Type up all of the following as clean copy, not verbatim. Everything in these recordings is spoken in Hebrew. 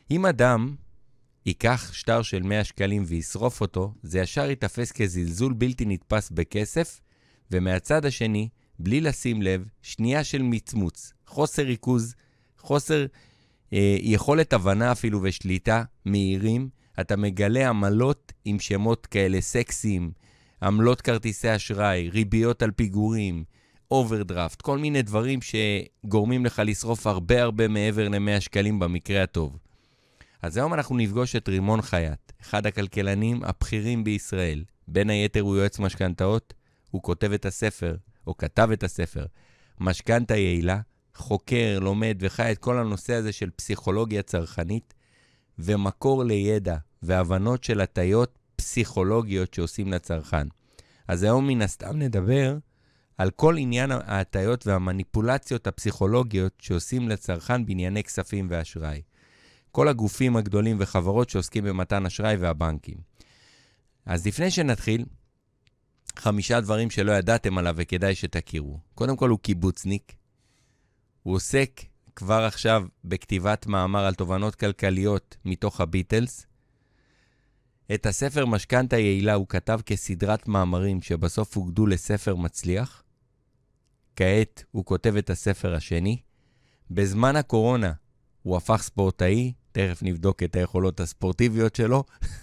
אם אדם ייקח שטר של 100 שקלים וישרוף אותו, זה ישר יתפס כזלזול בלתי נתפס בכסף, ומהצד השני, בלי לשים לב, שנייה של מצמוץ, חוסר ריכוז, חוסר יכולת הבנה אפילו ושליטה מהירים, אתה מגלה עמלות עם שמות כאלה סקסיים, עמלות כרטיסי אשראי, ריביות על פיגורים, אוברדרפט, כל מיני דברים שגורמים לך לשרוף הרבה מעבר ל-100 שקלים במקרה הטוב. אז היום אנחנו נפגוש את רימון חייט, אחד הכלכלנים הבכירים בישראל. בין היתר הוא יועץ משכנתאות, הוא כותב את הספר, או כתב את הספר, משכנתה יעילה, חוקר, לומד וחי את כל הנושא הזה של פסיכולוגיה צרכנית, ומקור לידע והבנות של הטיות פסיכולוגיות שעושים לצרכן. אז היום מן הסתם נדבר על כל עניין ההטיות והמניפולציות הפסיכולוגיות שעושים לצרכן בענייני כספים ואשראי. כל הגופים הגדולים וחברות שעוסקים במתן אשראי והבנקים. אז לפני שנתחיל, 5 דברים שלא ידעתם עליו וכדאי שתכירו. קודם כל הוא קיבוצניק. הוא עוסק כבר עכשיו בכתיבת מאמר על תובנות כלכליות מתוך הביטלס. את הספר משכנתה יעילה הוא כתב כסדרת מאמרים שבסוף הוגדו לספר מצליח. כעת הוא כותב את הספר השני. בזמן הקורונה הוא הפך ספורטאי, תכף נבדוק את היכולות הספורטיביות שלו.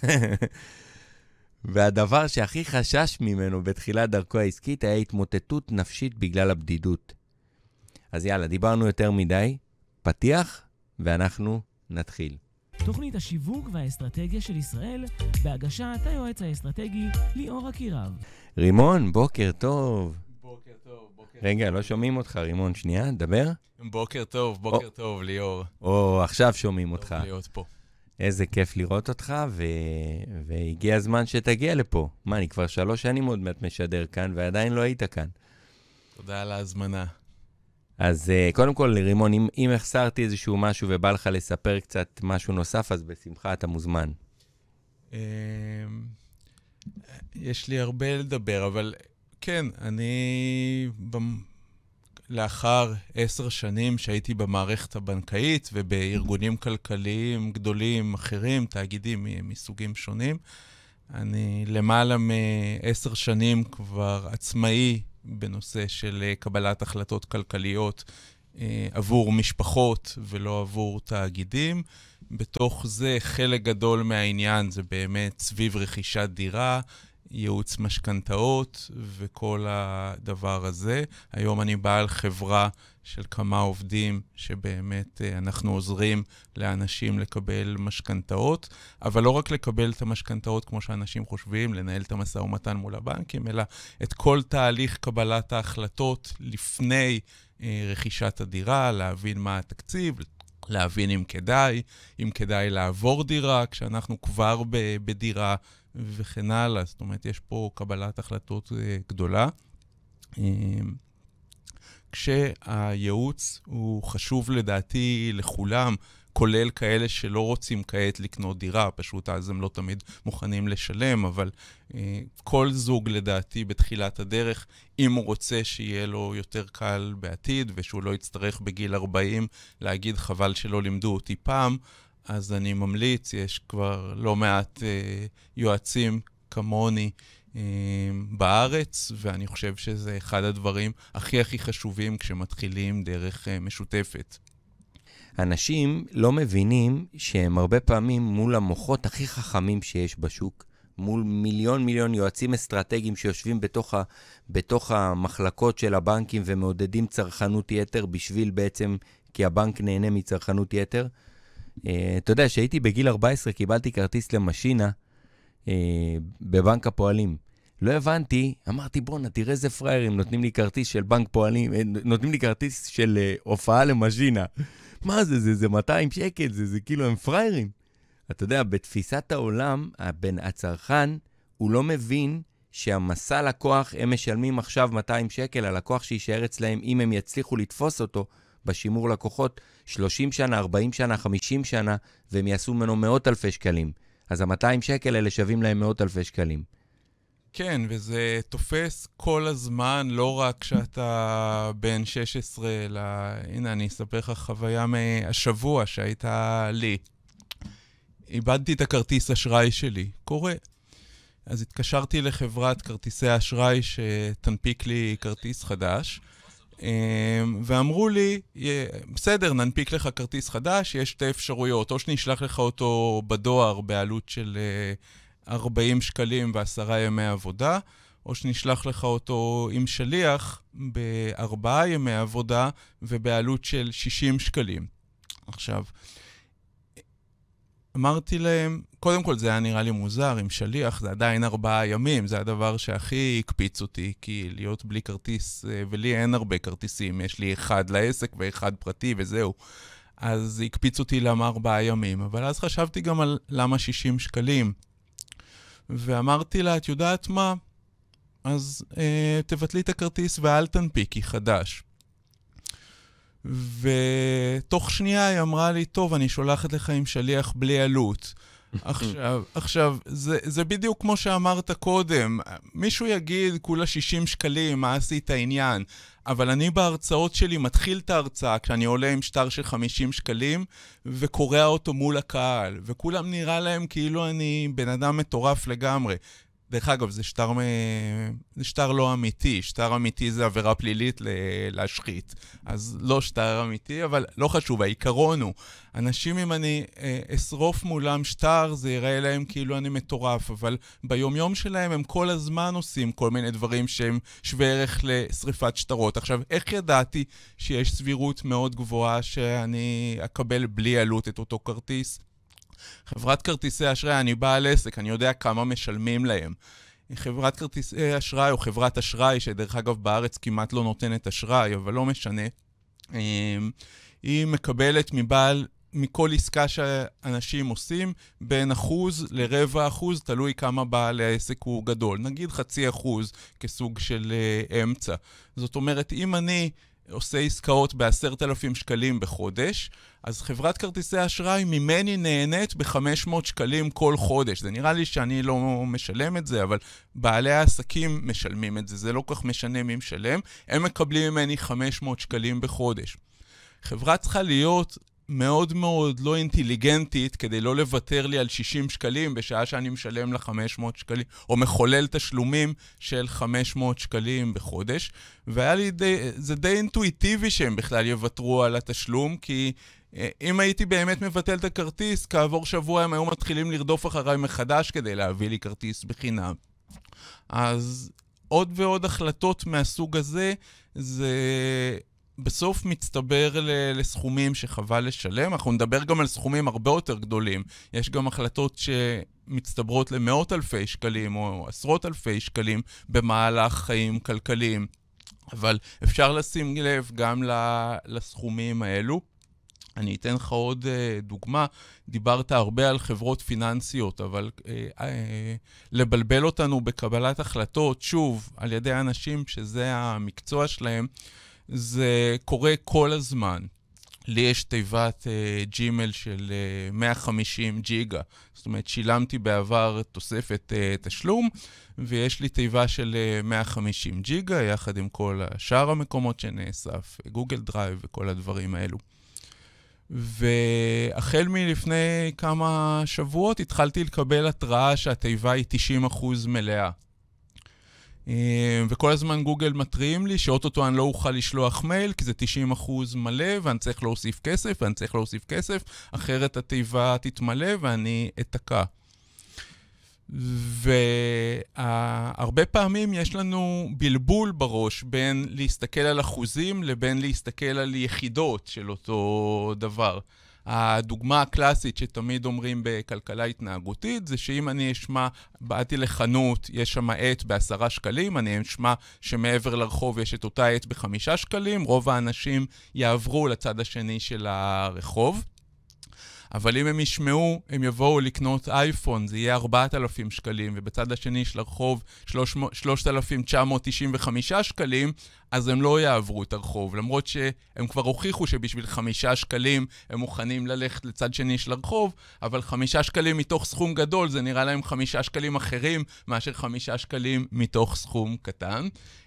והדבר שהכי חשש ממנו בתחילת דרכו העסקית היה התמוטטות נפשית בגלל הבדידות. אז יאללה, דיברנו יותר מדי, פתיח, ואנחנו נתחיל. תוכנית השיווק והאסטרטגיה של ישראל, בהגשת היועץ האסטרטגי ליאור אקירב. רימון, בוקר טוב. בוקר טוב, בוקר טוב. רגע, לא שומעים אותך, רימון, שנייה, דבר. בוקר טוב, ליאור. עכשיו שומעים אותך. טוב להיות פה. איזה כיף לראות אותך, והגיע הזמן שתגיע לפה. מה, אני כבר 3 שנים עוד מעט משדר כאן, ועדיין לא היית כאן. תודה על ההזמנה. אז קודם כל, רימון, אם החסרתי איזשהו משהו ובא לך לספר קצת משהו נוסף, אז בשמחה אתה מוזמן. יש לי הרבה לדבר, אבל כן, אני לאחר 10 שנים שהייתי במערכת הבנקאית ובארגונים כלכליים גדולים אחרים, תאגידים מסוגים שונים, אני למעלה מ10 שנים כבר עצמאי בנושא של קבלת החלטות כלכליות עבור משפחות ולא עבור תאגידים. בתוך זה חלק גדול מהעניין זה באמת סביב רכישת דירה, ייעוץ משכנתאות וכל הדבר הזה. היום אני בעל חברה של כמה עובדים שבאמת אנחנו עוזרים לאנשים לקבל משכנתאות, אבל לא רק לקבל את המשכנתאות כמו שאנשים חושבים, לנהל את המשא ומתן מול הבנקים, אלא את כל תהליך קבלת ההחלטות לפני רכישת הדירה, להבין מה התקציב, להבין אם כדאי לעבור דירה כשאנחנו כבר בדירה וכן הלאה. זאת אומרת, יש פה קבלת החלטות גדולה. כשהייעוץ הוא חשוב לדעתי לכולם, כולל כאלה שלא רוצים כעת לקנות דירה, פשוט אז הם לא תמיד מוכנים לשלם, אבל כל זוג לדעתי בתחילת הדרך, אם הוא רוצה שיהיה לו יותר קל בעתיד, ושהוא לא יצטרך בגיל 40 להגיד חבל שלא לימדו אותי פעם, אז אני ממליץ, יש כבר לא מעט יועצים כמוני בארץ, ואני חושב שזה אחד הדברים הכי חשובים כשמתחילים דרך משותפת. אנשים לא מבינים שהם הרבה פעמים מול המוחות הכי חכמים שיש בשוק, מול מיליון יועצים אסטרטגיים שיושבים בתוך המחלקות של הבנקים ומעודדים צרכנות יתר בשביל בעצם, כי הבנק נהנה מצרכנות יתר. אתה יודע, שהייתי בגיל 14 קיבלתי כרטיס למשינה בבנק הפועלים. לא הבנתי, אמרתי בוא'נה, תראה איזה פריירים, נותנים לי כרטיס של בנק פועלים, נותנים לי כרטיס של הופעה למשינה. מה זה? זה 200 שקל, זה כאילו הם פריירים. אתה יודע, בתפיסת העולם, הצרכן, הוא לא מבין שהמסע לקוח, הם משלמים עכשיו 200 שקל, הלקוח שישאר אצלהם, אם הם יצליחו לתפוס אותו בשימור לקוחות, 30 שנה, 40 שנה, 50 שנה, והם יעשו ממנו 100,000 שקלים. אז ה-200 שקל האלה שווים להם 100,000 שקלים. כן, וזה תופס כל הזמן, לא רק כשאתה בן 16, אלא, הנה, אני אספר לך חוויה מהשבוע שהייתה לי. איבדתי את הכרטיס אשראי שלי. קורה. אז התקשרתי לחברת כרטיסי האשראי שתנפיק לי כרטיס חדש, ואמרו לי, בסדר, ננפיק לך כרטיס חדש, יש 2 אפשרויות, או שנשלח לך אותו בדואר בעלות של 40 שקלים ו10 ימי עבודה, או שנשלח לך אותו עם שליח ב4 ימי עבודה ובעלות של 60 שקלים. עכשיו, אמרתי להם, קודם כל זה היה נראה לי מוזר, עם שליח זה עדיין 4 ימים, זה הדבר שהכי הקפיץ אותי, כי להיות בלי כרטיס, ולי אין הרבה כרטיסים, יש לי 1 לעסק ו1 פרטי וזהו. אז זה הקפיץ אותי למה 4 ימים, אבל אז חשבתי גם על למה 60 שקלים. ואמרתי לה, את יודעת מה? אז תבטלי את הכרטיס ואל תנפיקי חדש. ותוך שנייה היא אמרה לי, טוב, אני שולחת לך עם שליח בלי עלות. עכשיו, זה בדיוק כמו שאמרת קודם. מישהו יגיד, כולה 60 שקלים, מה עשית העניין? אבל אני בהרצאות שלי מתחיל את ההרצאה כשאני עולה עם שטר של 50 שקלים וקורא אותו מול הקהל. וכולם נראה להם כאילו אני בן אדם מטורף לגמרי. דרך אגב, זה שטר לא אמיתי. שטר אמיתי זה עבירה פלילית להשחית. אז לא שטר אמיתי, אבל לא חשוב, העיקרון הוא. אנשים, אם אני אשרוף מולם שטר, זה יראה להם כאילו אני מטורף, אבל ביומיום שלהם הם כל הזמן עושים כל מיני דברים שהם שווה ערך לשריפת שטרות. עכשיו, איך ידעתי שיש סבירות מאוד גבוהה שאני אקבל בלי עלות את אותו כרטיס? חברת כרטיסי אשראי, אני בעל עסק, אני יודע כמה משלמים להם. חברת כרטיסי אשראי או חברת אשראי, שדרך אגב בארץ כמעט לא נותנת אשראי, אבל לא משנה, היא מקבלת מכל עסקה שאנשים עושים, בין 1% ל0.25%, תלוי כמה בעל העסק הוא גדול. נגיד 0.5% כסוג של אמצע. זאת אומרת, אם אני עושה עסקאות ב10,000 שקלים בחודש, אז חברת כרטיסי אשראי ממני נהנית ב500 שקלים כל חודש. זה נראה לי שאני לא משלם את זה, אבל בעלי העסקים משלמים את זה. זה לא כך משנה מי משלם. הם מקבלים ממני 500 שקלים בחודש. חברה צריכה להיות מאוד מאוד לא אינטליגנטית כדי לא לוותר לי על 60 שקלים בשעה שאני משלם לה 500 שקלים, או מחולל תשלומים של 500 שקלים בחודש. והיה לי זה די אינטואיטיבי שהם בכלל יוותרו על התשלום, כי אם הייתי באמת מבטל את הכרטיס, כעבור שבוע הם היו מתחילים לרדוף אחריי מחדש כדי להביא לי כרטיס בחינם. אז עוד ועוד החלטות מהסוג הזה, זה בסוף מצטבר לסכומים שחבל לשלם. אנחנו נדבר גם על סכומים הרבה יותר גדולים. יש גם החלטות שמצטברות למאות אלפי שקלים או עשרות אלפי שקלים במהלך חיים כלכליים. אבל אפשר לשים לב גם לסכומים האלו. אני אתן לך עוד דוגמה. דיברת הרבה על חברות פיננסיות, אבל לבלבל אותנו בקבלת החלטות, שוב, על ידי אנשים שזה המקצוע שלהם, זה קורה כל הזמן. לי יש תיבת ג'ימל של 150 ג'יגה. זאת אומרת, שילמתי בעבר תוספת תשלום, ויש לי תיבה של 150 ג'יגה, יחד עם כל השאר המקומות שנאסף, גוגל דרייב וכל הדברים האלו. והחל מלפני כמה שבועות התחלתי לקבל התראה שהתיבה היא 90% מלאה. וכל הזמן גוגל מטריעים לי שאוטוטו אני לא אוכל לשלוח מייל, כי זה 90% מלא, ואני צריך להוסיף כסף, אחרת התיבה תתמלא ואני אתקע. והרבה פעמים יש לנו בלבול בראש בין להסתכל על אחוזים לבין להסתכל על יחידות של אותו דבר. הדוגמה הקלאסית שתמיד אומרים בכלכלה התנהגותית, זה שאם אני אשמע, באתי לחנות, יש שם עט ב10 שקלים, אני אשמע שמעבר לרחוב יש את אותה עט ב5 שקלים, רוב האנשים יעברו לצד השני של הרחוב. אבל אם הם ישמעו, הם יבואו לקנות אייפון, זה יהיה 4,000 שקלים, ובצד השני של הרחוב 3,995 שקלים, אז הם לא יעברו את הרחוב, למרות שהם כבר הוכיחו שבשביל 5 שקלים הם מוכנים ללכת לצד שני של הרחוב, אבל 5 שקלים מתוך סכום גדול, זה נראה להם 5 שקלים אחרים, מאשר 5 שקלים מתוך סכום קטן.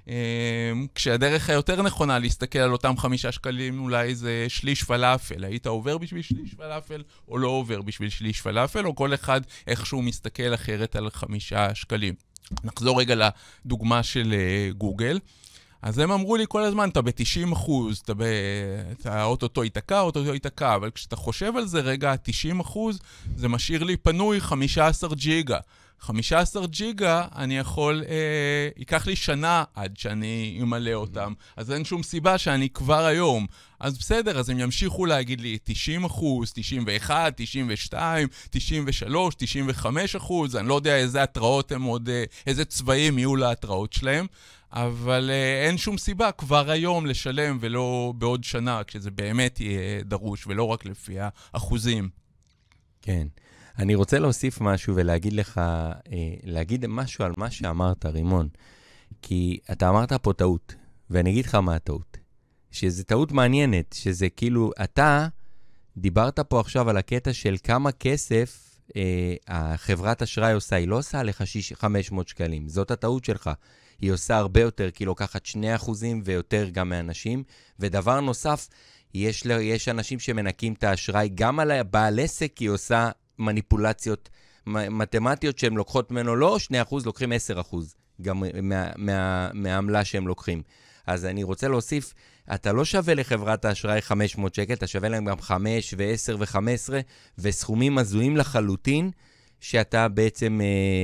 כשהדרך היותר נכונה להסתכל על אותם 5 שקלים, אולי זה שליש פלאפל. היית עובר בשביל שליש פלאפל, או לא עובר בשביל שליש פלאפל, או כל אחד איכשהו מסתכל אחרת על 5 שקלים. נחזור רגע לדוגמה של גוגל. אז הם אמרו לי כל הזמן, אתה ב-90%, אתה אוטוטו ייתקע, אבל כשאתה חושב על זה רגע, 90% זה משאיר לי פנוי 15 ג'יגה. 15 ג'יגה אני יכול, ייקח לי שנה עד שאני אמלא אותם, אז אין שום סיבה שאני כבר היום. אז בסדר, אז הם ימשיכו להגיד לי 90%, 91, 92, 93, 95%, אני לא יודע איזה התראות הם עוד, איזה צבעים יהיו להתראות שלהם, אבל אין שום סיבה כבר היום לשלם ולא בעוד שנה, כשזה באמת יהיה דרוש, ולא רק לפי האחוזים. כן. אני רוצה להוסיף משהו ולהגיד לך, להגיד משהו על מה שאמרת, רימון. כי אתה אמרת פה טעות, ואני אגיד לך מה הטעות. שזה טעות מעניינת, שזה כאילו, אתה דיברת פה עכשיו על הקטע של כמה כסף החברת אשראי עושה. היא לא עושה לך 500 שקלים, זאת הטעות שלך. היא עושה הרבה יותר, כי לוקחת 2% ויותר גם מאנשים. ודבר נוסף, יש אנשים שמנקים את האשראי גם על בעל עסק, כי היא עושה מניפולציות מתמטיות שהן לוקחות ממנו לא 2%, לוקחים 10% גם מהעמלה שהם לוקחים. אז אני רוצה להוסיף, אתה לא שווה לחברת האשראי 500 שקל, אתה שווה להם גם 5 ו-10 ו-15, וסכומים הזויים לחלוטין, שאתה בעצם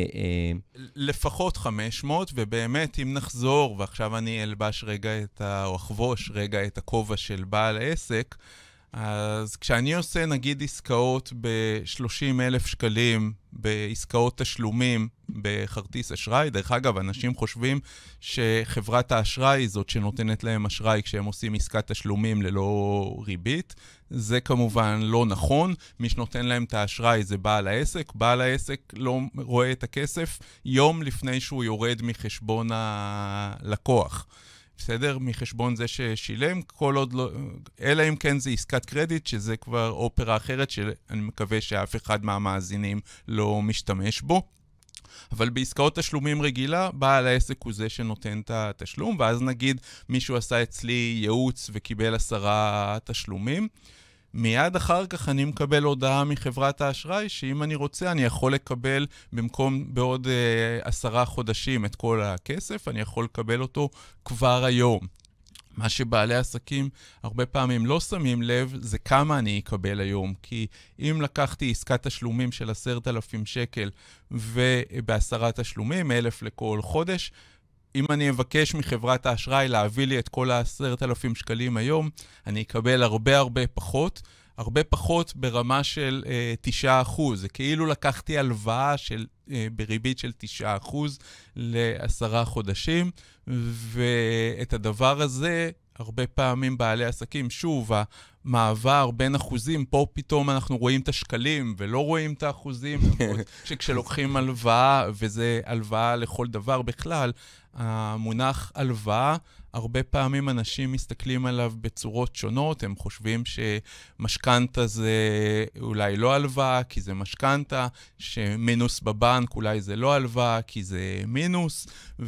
לפחות 500, ובאמת אם נחזור, ועכשיו אני אלבש רגע או אחבוש רגע את הכובע של בעל העסק, אז כשאני עושה נגיד עסקאות ב-30,000 שקלים, בעסקאות תשלומים בכרטיס אשראי, דרך אגב, אנשים חושבים שחברת האשראי היא זאת שנותנת להם אשראי כשהם עושים עסקת תשלומים ללא ריבית. זה כמובן לא נכון, מי שנותן להם את האשראי זה בעל העסק, בעל העסק לא רואה את הכסף יום לפני שהוא יורד מחשבון הלקוח. בסדר? מחשבון זה ששילם, כל עוד לא, אלא אם כן זה עסקת קרדיט, שזה כבר אופרה אחרת, שאני מקווה שאף אחד מהמאזינים לא משתמש בו. אבל בעסקאות תשלומים רגילה, בעל העסק הוא זה שנותן את התשלום, ואז נגיד מישהו עשה אצלי ייעוץ וקיבל 10 תשלומים, מיד אחר כך אני מקבל הודעה מחברת האשראי, שאם אני רוצה, אני יכול לקבל במקום בעוד 10 חודשים את כל הכסף, אני יכול לקבל אותו כבר היום. מה שבעלי עסקים הרבה פעמים לא שמים לב, זה כמה אני אקבל היום. כי אם לקחתי עסקת תשלומים של 10,000 שקל וב10 תשלומים, 1,000 לכל חודש, אם אני אבקש מחברת האשראי להביא לי את כל 10,000 שקלים היום, אני אקבל הרבה פחות ברמה של 9%. זה כאילו לקחתי הלוואה בריבית של 9% ל10 חודשים, ואת הדבר הזה הרבה פעמים בעלי עסקים, שוב, המעבר בין אחוזים, פה פתאום אנחנו רואים את השקלים ולא רואים את האחוזים, שכשלוקחים הלוואה, וזה הלוואה לכל דבר בכלל, המונח הלוואה, הרבה פעמים אנשים מסתכלים עליו בצורות שונות, הם חושבים שמשכנתה זה אולי לא הלוואה, כי זה משכנתה, שמינוס בבנק אולי זה לא הלוואה, כי זה מינוס,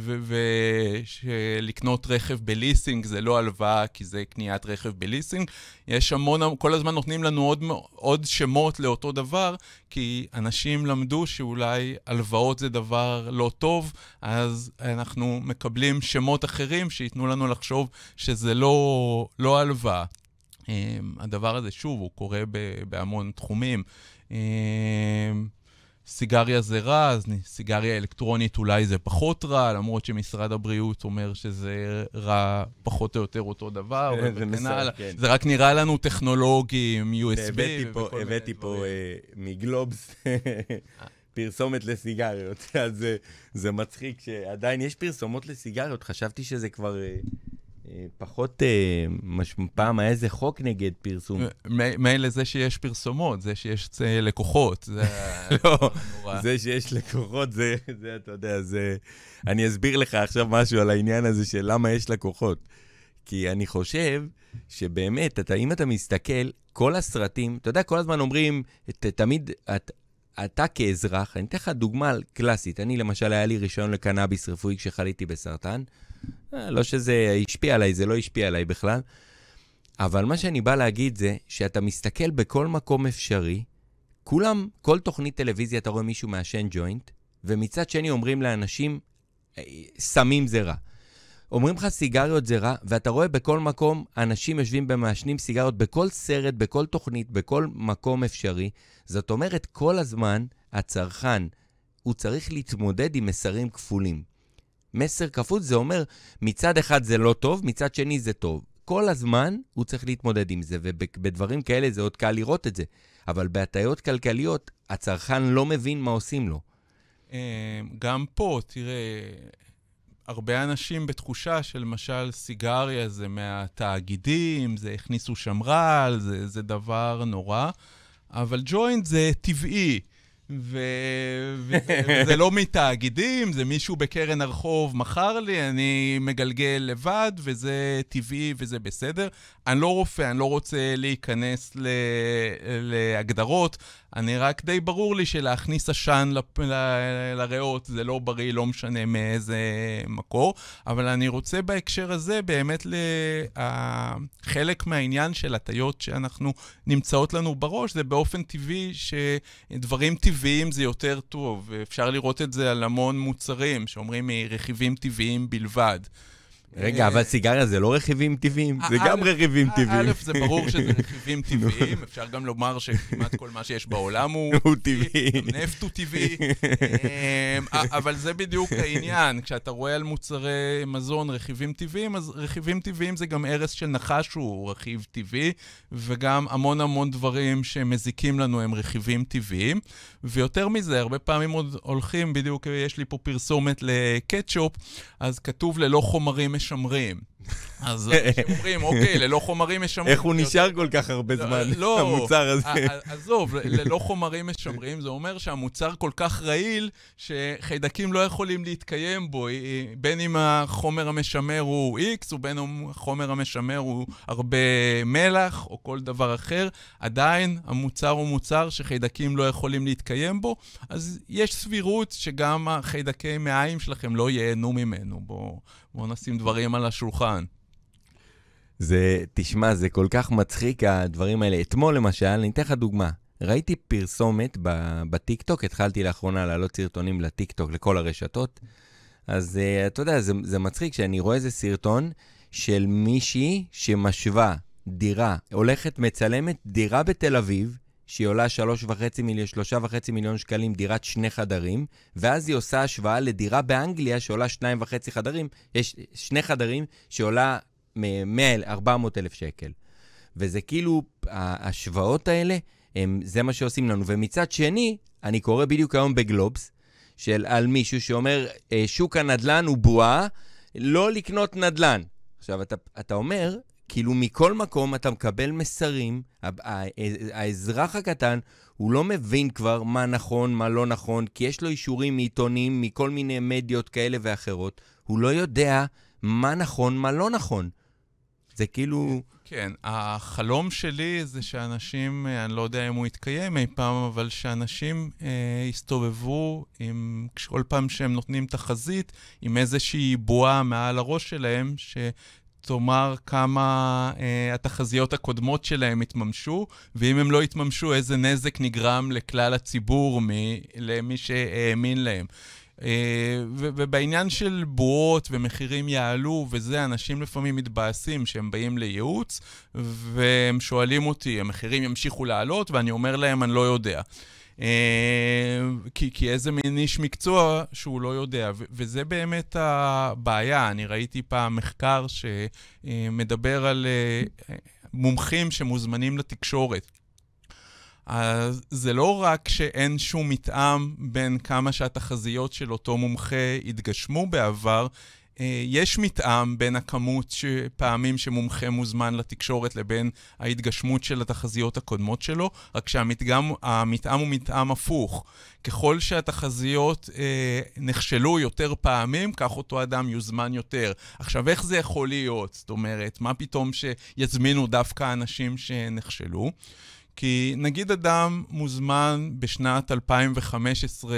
ושלקנות רכב בליסינג זה לא הלוואה, כי זה קניית רכב בליסינג. יש המון, כל הזמן נותנים לנו עוד שמות לאותו דבר, כי אנשים למדו שאולי הלוואות זה דבר לא טוב, אז אנחנו מקבלים שמות אחרים שיתנו לנו לחשוב שזה לא הלוואה. הדבר הזה, שוב, הוא קורה בהמון תחומים. סיגריה זה רע, אז סיגריה אלקטרונית אולי זה פחות רע, למרות שמשרד הבריאות אומר שזה רע פחות או יותר אותו דבר. זה רק נראה לנו טכנולוגיים, USB. הבאתי פה מגלובס פרסומת לסיגריות, אז זה מצחיק שעדיין יש פרסומות לסיגריות, חשבתי שזה כבר פחות, פעם היה איזה חוק נגד פרסום. מילא זה שיש פרסומות, זה שיש לקוחות. לא, זה שיש לקוחות, זה אתה יודע, אני אסביר לך עכשיו משהו על העניין הזה של למה יש לקוחות. כי אני חושב שבאמת, אם אתה מסתכל, כל הסרטים, אתה יודע, כל הזמן אומרים, תמיד, אתה כאזרח, אני אתן לך דוגמה קלאסית, אני למשל היה לי רישיון לקנאביס רפואי כשחליתי בסרטן, לא שזה השפיע עליי, זה לא השפיע עליי בכלל, אבל מה שאני בא להגיד זה, שאתה מסתכל בכל מקום אפשרי, כל תוכנית טלוויזיה אתה רואה מישהו מעשן ג'וינט, ומצד שני אומרים לאנשים, סמים זה רע. אומרים לך סיגריות זה רע, ואתה רואה בכל מקום אנשים יושבים במעשנים סיגריות, בכל סרט, בכל תוכנית, בכל מקום אפשרי. זאת אומרת, כל הזמן הצרכן, הוא צריך להתמודד עם מסרים כפולים. מסר כפול זה אומר, מצד אחד זה לא טוב, מצד שני זה טוב. כל הזמן הוא צריך להתמודד עם זה, ובדברים כאלה זה עוד קל לראות את זה. אבל בהטיות כלכליות, הצרכן לא מבין מה עושים לו. גם פה, תראה, הרבה אנשים בתחושה שלמשל סיגריה זה מהתאגידים, זה הכניסו שם רעל, זה דבר נורא, אבל ג'וינט זה טבעי, וזה לא מתאגידים, זה מישהו בקרן הרחוב מכר לי, אני מגלגל לבד, וזה טבעי וזה בסדר. אני לא רופא, אני לא רוצה להיכנס להגדרות, אני רק די ברור לי שלהכניס עשן לריאות זה לא בריא, לא משנה מאיזה מקור, אבל אני רוצה בהקשר הזה באמת חלק מהעניין של הטיות שאנחנו נמצאות לנו בראש, זה באופן טבעי שדברים טבעיים זה יותר טוב, ואפשר לראות את זה על המון מוצרים שאומרים רכיבים טבעיים בלבד. רגע, אבל סיגריה זה לא רכיבים טבעיים, זה גם רכיבים טבעיים. א', זה ברור שזה רכיבים טבעיים, אפשר גם לומר שכמעט כל מה שיש בעולם הוא טבעי. נפט הוא טבעי, אבל זה בדיוק העניין, כשאתה רואה על מוצרי מזון רכיבים טבעיים, אז רכיבים טבעיים זה גם ערס של נחש הוא רכיב טבעי, וגם המון המון דברים שמזיקים לנו הם רכיבים טבעיים, ויותר מזה, הרבה פעמים עוד הולכים, בדיוק יש לי פה פרסומת לקטשופ, אז כתוב ללא חומרים משמרים. אז אומרים, אוקיי, ללא חומרים משמרים. איך הוא נשאר כל כך הרבה זמן, המוצר הזה? עזוב, ללא חומרים משמרים, זה אומר שהמוצר כל כך רעיל, שחיידקים לא יכולים להתקיים בו, בין אם החומר המשמר הוא X, ובין אם החומר המשמר הוא הרבה מלח, או כל דבר אחר, עדיין המוצר הוא מוצר שחיידקים לא יכולים להתקיים בו, אז יש סבירות שגם החיידקי מעיים שלכם לא ייהנו ממנו. בואו נשים דברים על השולחן. תשמע, זה כל כך מצחיק הדברים האלה. אתמול למשל, אני אתן לך דוגמה. ראיתי פרסומת בטיקטוק, התחלתי לאחרונה לעלות סרטונים לטיקטוק לכל הרשתות, אז אתה יודע, זה מצחיק שאני רואה איזה סרטון של מישהי שמשווה דירה, הולכת מצלמת דירה בתל אביב, שהיא עולה 3.5 מיליון שקלים, דירת 2 חדרים, ואז היא עושה השוואה לדירה באנגליה שעולה 2.5 חדרים, יש 2 חדרים שעולה 400,000 שקל. וזה כאילו, ההשוואות האלה, זה מה שעושים לנו. ומצד שני, אני קורא בדיוק היום בגלובס, על מישהו שאומר, שוק הנדלן הוא בועה, לא לקנות נדלן. עכשיו, אתה אומר, כאילו מכל מקום אתה מקבל מסרים, האזרח הקטן, הוא לא מבין כבר מה נכון, מה לא נכון, כי יש לו אישורים מעיתונים, מכל מיני מדיות כאלה ואחרות, הוא לא יודע מה נכון, מה לא נכון. זה כאילו... כן, החלום שלי זה שאנשים, אני לא יודע אם הוא יתקיים אי פעם, אבל שאנשים יסתובבו כל פעם שהם נותנים תחזית, עם איזושהי בועה מעל הראש שלהם, תאמר כמה התחזיות הקודמות שלהם התממשו, ואם הם לא התממשו, איזה נזק נגרם לכלל הציבור למי שהאמין להם. ובעניין של בועות ומחירים יעלו וזה, אנשים לפעמים מתבאסים שהם באים לייעוץ, והם שואלים אותי, המחירים ימשיכו לעלות, ואני אומר להם, אני לא יודע. כי איזה מין איש מקצוע שהוא לא יודע, וזה באמת הבעיה. אני ראיתי פעם מחקר שמדבר על מומחים שמוזמנים לתקשורת. אז זה לא רק שאין שום מתאם בין כמה שהתחזיות של אותו מומחה התגשמו בעבר, יש מתאם בין הכמות פעמים שמומחה מוזמן לתקשורת לבין ההתגשמות של התחזיות הקודמות שלו, רק שהמתאם הוא מתאם הפוך. ככל שהתחזיות נכשלו יותר פעמים, כך אותו אדם יוזמן יותר. עכשיו, איך זה יכול להיות? זאת אומרת, מה פתאום שיזמינו דווקא אנשים שנכשלו? כי נגיד אדם מוזמן בשנת 2015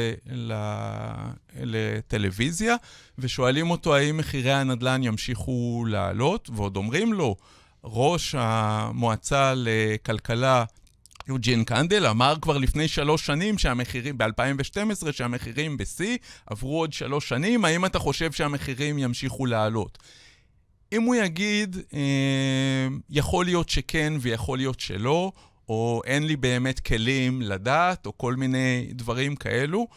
לטלוויזיה, ושואלים אותו האם מחירי הנדל"ן ימשיכו לעלות, ועוד אומרים לו, ראש המועצה לכלכלה, יוג'ין קנדל, אמר כבר לפני 3 שנים שהמחירים, ב-2012, שהמחירים בשיא, עברו עוד 3 שנים, האם אתה חושב שהמחירים ימשיכו לעלות? אם הוא יגיד, יכול להיות שכן ויכול להיות שלא, או אין לי באמת כלים לדעת, או כל מיני דברים כאלו,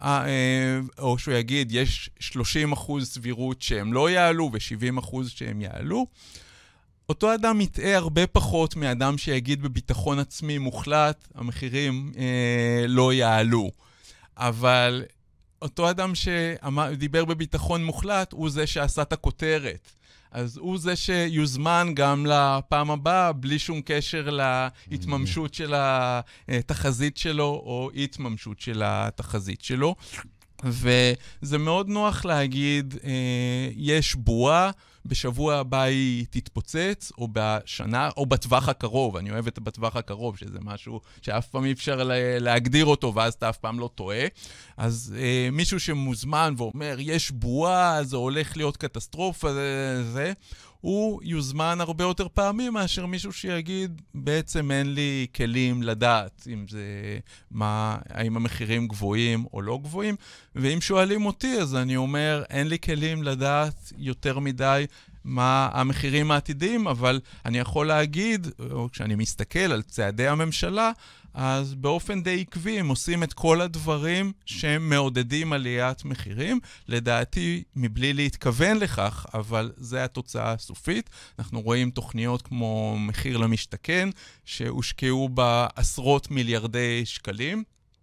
או שהוא יגיד, יש 30% סבירות שהם לא יעלו, ו70% שהם יעלו, אותו אדם יטעה הרבה פחות מאדם שיגיד בביטחון עצמי מוחלט, המחירים לא יעלו. אבל אותו אדם שדיבר בביטחון מוחלט, הוא זה שעשה את הכותרת. אז הוא זה שיוזמן גם לפעם הבאה, בלי שום קשר להתממשות של התחזית שלו, או התממשות של התחזית שלו. וזה מאוד נוח להגיד, יש בועה, בשבוע הבא היא תתפוצץ, או בשנה, או בטווח הקרוב. אני אוהב את בטווח הקרוב, שזה משהו שאף פעם אי אפשר להגדיר אותו, ואז אתה אף פעם לא טועה. אז מישהו שמוזמן ואומר, יש בועה, זה הולך להיות קטסטרופה, זה, הוא יוזמן הרבה יותר פעמים מאשר מישהו שיגיד, בעצם אין לי כלים לדעת אם זה, האם המחירים גבוהים או לא גבוהים. ואם שואלים אותי, אז אני אומר, אין לי כלים לדעת יותר מדי מה המחירים העתידיים, אבל אני יכול להגיד, או כשאני מסתכל על צעדי הממשלה, אז באופן די עקבי הם עושים את כל הדברים שהם מעודדים עליית מחירים, לדעתי מבלי להתכוון לכך, אבל זה התוצאה הסופית. אנחנו רואים תוכניות כמו מחיר למשתכן, שהושקעו בעשרות מיליארדי שקלים,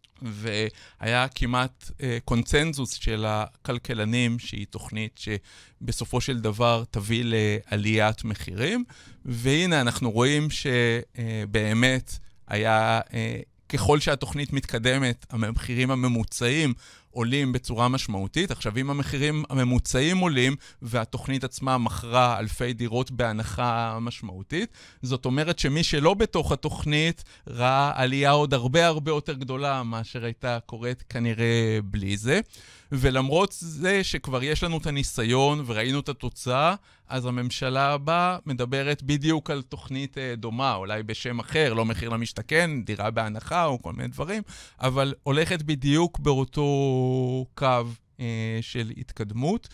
והיה כמעט קונצנזוס של הכלכלנים שהיא תוכנית שבסופו של דבר תביא לעליית מחירים, והנה אנחנו רואים שבאמת היה, ככל שהתוכנית מתקדמת, המחירים הממוצעים עולים בצורה משמעותית. עכשיו, אם המחירים הממוצעים עולים, והתוכנית עצמה מכרה אלפי דירות בהנחה משמעותית, זאת אומרת שמי שלא בתוך התוכנית ראה עלייה עוד הרבה הרבה יותר גדולה מאשר הייתה קורית כנראה בלי זה. ולמרות זה שכבר יש לנו את הניסיון וראינו את התוצאה, אז הממשלה הבאה מדברת בדיוק על תוכנית דומה, אולי בשם אחר, לא מחיר למשתכן, דירה בהנחה או כל מיני דברים, אבל הולכת בדיוק באותו קו של התקדמות.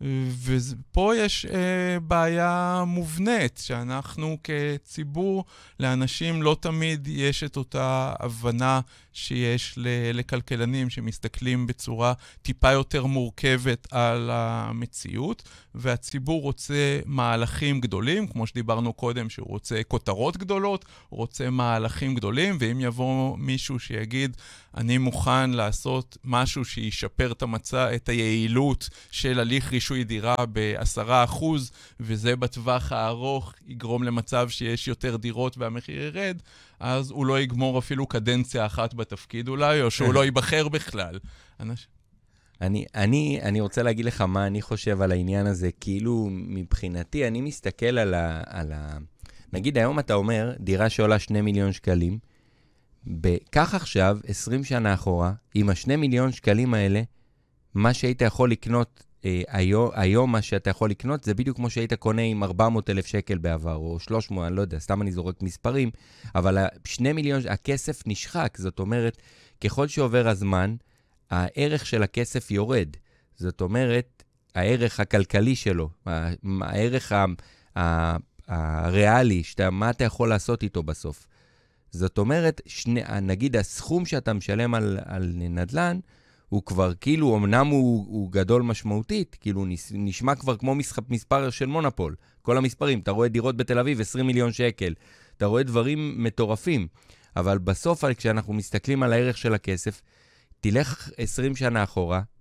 ופה יש בעיה מובנית, שאנחנו כציבור, לאנשים לא תמיד יש את אותה הבנה שיש לכלכלנים שמסתכלים בצורה טיפה יותר מורכבת על המציאות, והציבור רוצה מהלכים גדולים, כמו שדיברנו קודם, שהוא רוצה כותרות גדולות, הוא רוצה מהלכים גדולים, ואם יבוא מישהו שיגיד, אני מוכן לעשות משהו שישפר את היעילות של הליך רישוי דירה ב10%, וזה בטווח הארוך יגרום למצב שיש יותר דירות והמחיר ירד, אז הוא לא יגמור אפילו קדנציה אחת בתפקיד אולי, או שהוא לא ייבחר בכלל. אני רוצה להגיד לך מה אני חושב על העניין הזה, כאילו מבחינתי אני מסתכל על נגיד היום אתה אומר, דירה שעולה 2 מיליון שקלים, כך עכשיו, 20 שנה אחורה, עם ה2 מיליון שקלים האלה, מה שהיית יכול לקנות היום מה שאתה יכול לקנות, זה בדיוק כמו שהיית קונה עם 400,000 שקל בעבר, או 300, אני לא יודע, סתם אני זורק מספרים, אבל 2 מיליון, הכסף נשחק, זאת אומרת, ככל שעובר הזמן, הערך של הכסף יורד. זאת אומרת, הערך הכלכלי שלו, הערך הריאלי, מה אתה יכול לעשות איתו בסוף. זאת אומרת, נגיד הסכום שאתה משלם על נדל"ן, הוא כבר כאילו, אמנם הוא גדול משמעותית, כאילו נשמע כבר כמו מספר של מונופול. כל המספרים, אתה רואה דירות בתל אביב, 20 מיליון שקל. אתה רואה דברים מטורפים. אבל בסוף, כשאנחנו מסתכלים על הערך של הכסף, תלך 20 שנה אחורה,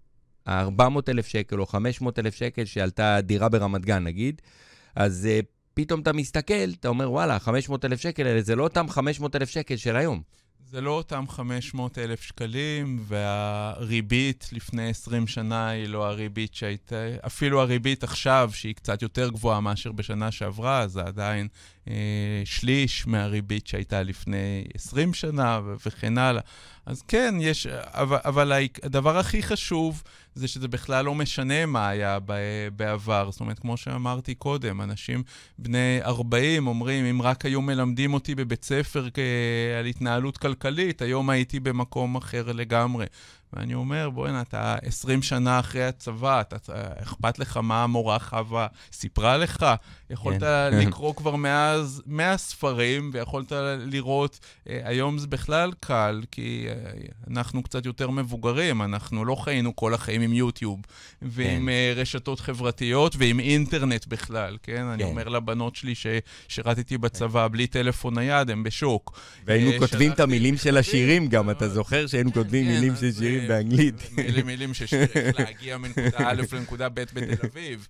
ה-400,000 שקל או 500,000 שקל שעלתה דירה ברמת גן, נגיד, אז פתאום אתה מסתכל, אתה אומר, וואלה, 500,000 שקל האלה, זה לא אותם 500,000 שקל של היום. זה לא אותם 500,000 שקלים, והריבית לפני 20 שנה היא לא הריבית שהייתה, אפילו הריבית עכשיו, שהיא קצת יותר גבוהה מאשר בשנה שעברה, זה עדיין שליש מהריבית שהייתה לפני 20 שנה וכן הלאה. אז כן, אבל הדבר הכי חשוב זה שזה בכלל לא משנה מה היה בעבר. זאת אומרת, כמו שאמרתי קודם, אנשים בני 40 אומרים, אם רק היו מלמדים אותי בבית ספר על התנהלות כלכלית, היום הייתי במקום אחר לגמרי. ואני אומר, בוא'נה, אתה 20 שנה אחרי הצבא, אכפת לך מה המורה חווה סיפרה לך? יכולת לקרוא כבר מאז 100 ספרים, ויכולת לראות, היום זה בכלל קל, כי אנחנו קצת יותר מבוגרים, אנחנו לא חיינו כל החיים עם יוטיוב, ועם רשתות חברתיות, ועם אינטרנט בכלל, כן? אני אומר לבנות שלי ששירתתי בצבא בלי טלפון נייד, הם בשוק. והיינו כותבים את המילים של השירים גם, אתה זוכר שהיינו כותבים מילים של שירים באנגלית. מילים ששיר איך להגיע מנקודה א' לנקודה ב' בתל אביב.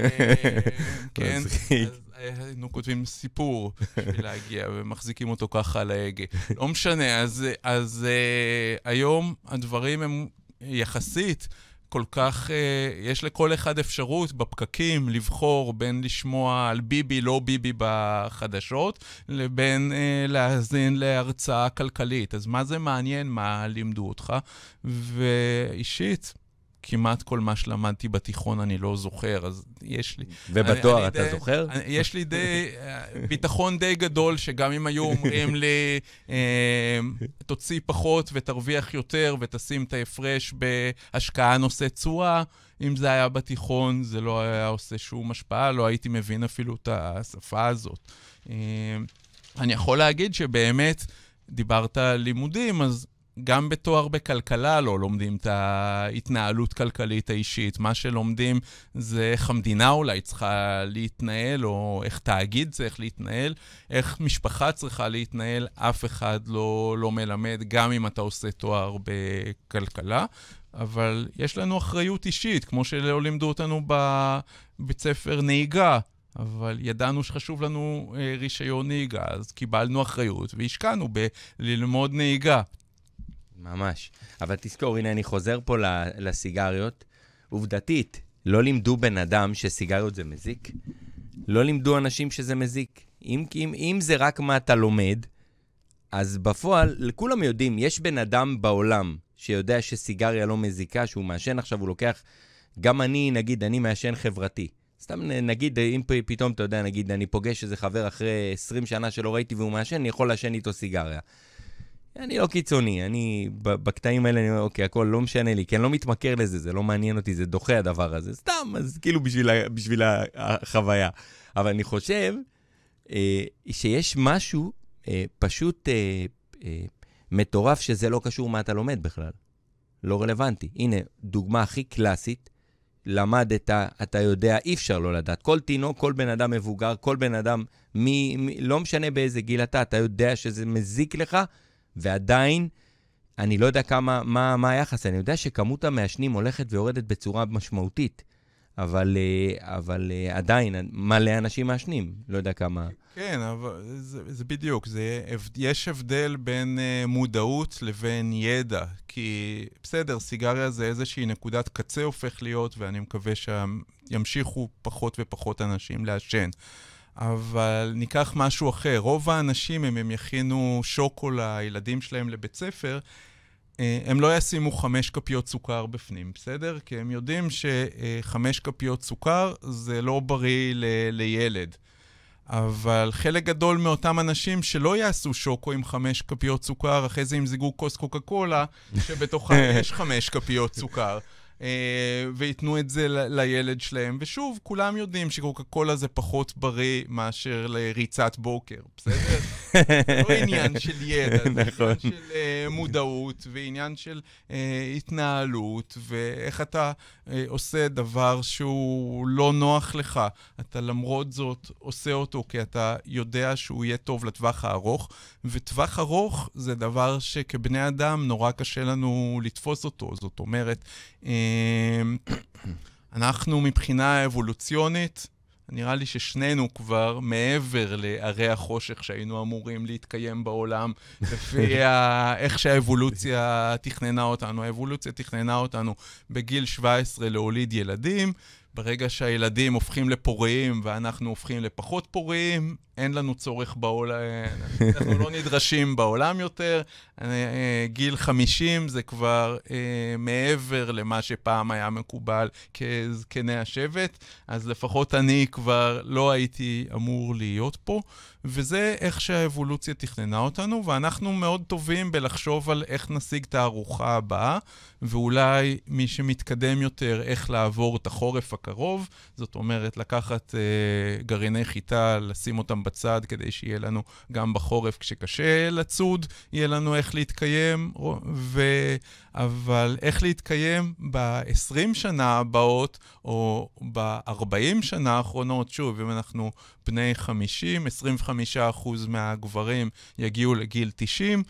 כן, אז היינו כותבים סיפור בשביל להגיע, ומחזיקים אותו ככה על ההגה. לא משנה, אז היום הדברים הם יחסית כל כך, יש לכל אחד אפשרות בפקקים לבחור בין לשמוע על ביבי, לא ביבי בחדשות, לבין להאזין להרצאה כלכלית. אז מה זה מעניין? מה לימדו אותך? ואישית, כמעט כל מה שלמדתי בתיכון אני לא זוכר, אז יש לי... ובתואר אתה זוכר? יש לי ביטחון די גדול, שגם אם היו אומרים לי, תוציא פחות ותרוויח יותר, ותשים את ההפרש בהשקעה נושא צורה, אם זה היה בתיכון, זה לא היה עושה שום השפעה, לא הייתי מבין אפילו את השפה הזאת. אני יכול להגיד שבאמת דיברת על לימודים, אז גם בתואר בכלכלה לא לומדים את ההתנהלות כלכלית האישית. מה שלומדים זה איך המדינה אולי צריכה להתנהל, או איך תאגיד צריך להתנהל, איך משפחה צריכה להתנהל. אף אחד לא מלמד, גם אם אתה עושה תואר בכלכלה. אבל יש לנו אחריות אישית, כמו שלא לימדו אותנו בבית ספר נהיגה. אבל ידענו שחשוב לנו רישיון נהיגה, אז קיבלנו אחריות והשקענו בללמוד נהיגה. ממש. אבל תזכור, הנה אני חוזר פה לסיגריות. עובדתית, לא לימדו בן אדם שסיגריות זה מזיק. לא לימדו אנשים שזה מזיק. אם זה רק מה אתה לומד, אז בפועל, לכולם יודעים, יש בן אדם בעולם שיודע שסיגריה לא מזיקה, שהוא מעשן עכשיו, הוא לוקח, גם אני, נגיד, אני מעשן חברתי. סתם נגיד, אם פתאום אתה יודע, נגיד, אני פוגש איזה חבר אחרי 20 שנה שלא ראיתי והוא מעשן, אני יכול לעשן איתו סיגריה. אני לא קיצוני, אני בקטעים האלה, אני אומר, אוקיי, הכל לא משנה לי, כי אני לא מתמכר לזה, זה לא מעניין אותי, זה דוחה הדבר הזה, סתם, אז כאילו בשביל החוויה. אבל אני חושב שיש משהו פשוט מטורף שזה לא קשור מה אתה לומד בכלל. לא רלוונטי. הנה, דוגמה הכי קלאסית, למדת, אתה יודע, אי אפשר לא לדעת. כל תינוק, כל בן אדם מבוגר, כל בן אדם, לא משנה באיזה גיל אתה יודע שזה מזיק לך, ועדיין, אני לא יודע מה היחס, אני יודע שכמות המעשנים הולכת ויורדת בצורה משמעותית, אבל עדיין, מלא אנשים מעשנים, לא יודע כמה... כן, אבל זה בדיוק, יש הבדל בין מודעות לבין ידע, כי בסדר, סיגריה זה איזושהי נקודת קצה הופך להיות, ואני מקווה שימשיכו פחות ופחות אנשים לעשן. אבל ניקח משהו אחר. רוב האנשים, אם הם יכינו שוקו לילדים שלהם לבית ספר, הם לא ישימו 5 כפיות סוכר בפנים, בסדר? כי הם יודעים ש5 כפיות סוכר זה לא בריא לילד. אבל חלק גדול מאותם אנשים שלא יעשו שוקו עם 5 כפיות סוכר, אחרי זה ימזגו כוס קוקה קולה, שבתוכה יש 5 כפיות סוכר. ויתנו את זה לילד שלהם. ושוב, כולם יודעים שקוקה קולה זה פחות בריא מאשר לריצת בוקר, בסדר? זה לא עניין של ידע, זה נכון. עניין של מודעות, ועניין של התנהלות, ואיך אתה עושה דבר שהוא לא נוח לך. אתה למרות זאת עושה אותו, כי אתה יודע שהוא יהיה טוב לטווח הארוך, וטווח ארוך זה דבר שכבני אדם נורא קשה לנו לתפוס אותו. זאת אומרת, אנחנו מבחינה אבולוציונית, נראה לי ששנינו כבר מעבר לערי החושך שהיינו אמורים להתקיים בעולם, לפי איך שהאבולוציה תכננה אותנו. האבולוציה תכננה אותנו בגיל 17 להוליד ילדים, ברגע שהילדים הופכים לפוריים ואנחנו הופכים לפחות פוריים, אין לנו צורך בעולם, אנחנו לא נדרשים בעולם יותר. גיל 50 זה כבר מעבר למה שפעם היה מקובל כזקני השבט, אז לפחות אני כבר לא הייתי אמור להיות פה, וזה איך שהאבולוציה תכננה אותנו, ואנחנו מאוד טובים בלחשוב על איך נשיג את הארוחה הבאה, ואולי מי שמתקדם יותר איך לעבור את החורף הקרוב, זאת אומרת לקחת גרעיני חיטה, לשים אותם בצד כדי שיהיה לנו גם בחורף כשקשה לצוד, יהיה לנו איך להתקיים, אבל איך להתקיים ב-20 שנה הבאות, או ב-40 שנה האחרונות, שוב, אם אנחנו בני 50, 25% מהגברים יגיעו לגיל 90,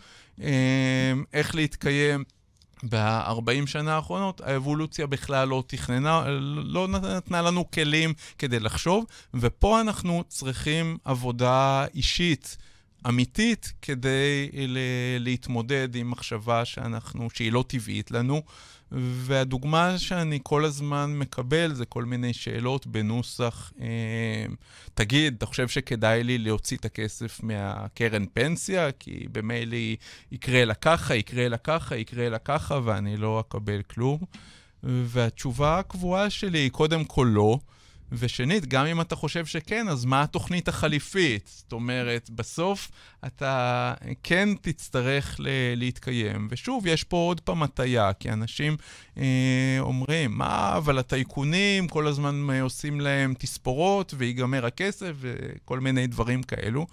איך להתקיים ב-40 שנה האחרונות, האבולוציה בכלל לא תכננה, לא נתנה לנו כלים כדי לחשוב, ופה אנחנו צריכים עבודה אישית, אמיתית, כדי להתמודד עם מחשבה שהיא לא טבעית לנו, והדוגמה שאני כל הזמן מקבל זה כל מיני שאלות בנוסח, תגיד, אתה חושב שכדאי לי להוציא את הכסף מהקרן פנסיה, כי במילא יקרה לה ככה, יקרה לה ככה, יקרה לה ככה, ואני לא אקבל כלום. והתשובה הקבועה שלי היא קודם כל לא, ושנית, גם אם אתה חושב שכן, אז מה התוכנית החליפית? זאת אומרת, בסוף אתה כן תצטרך להתקיים. ושוב, יש פה עוד פעם הטיה, כי אנשים אומרים, מה, אבל הטייקונים כל הזמן עושים להם תספורות, ויגמר הכסף, וכל מיני דברים כאלו.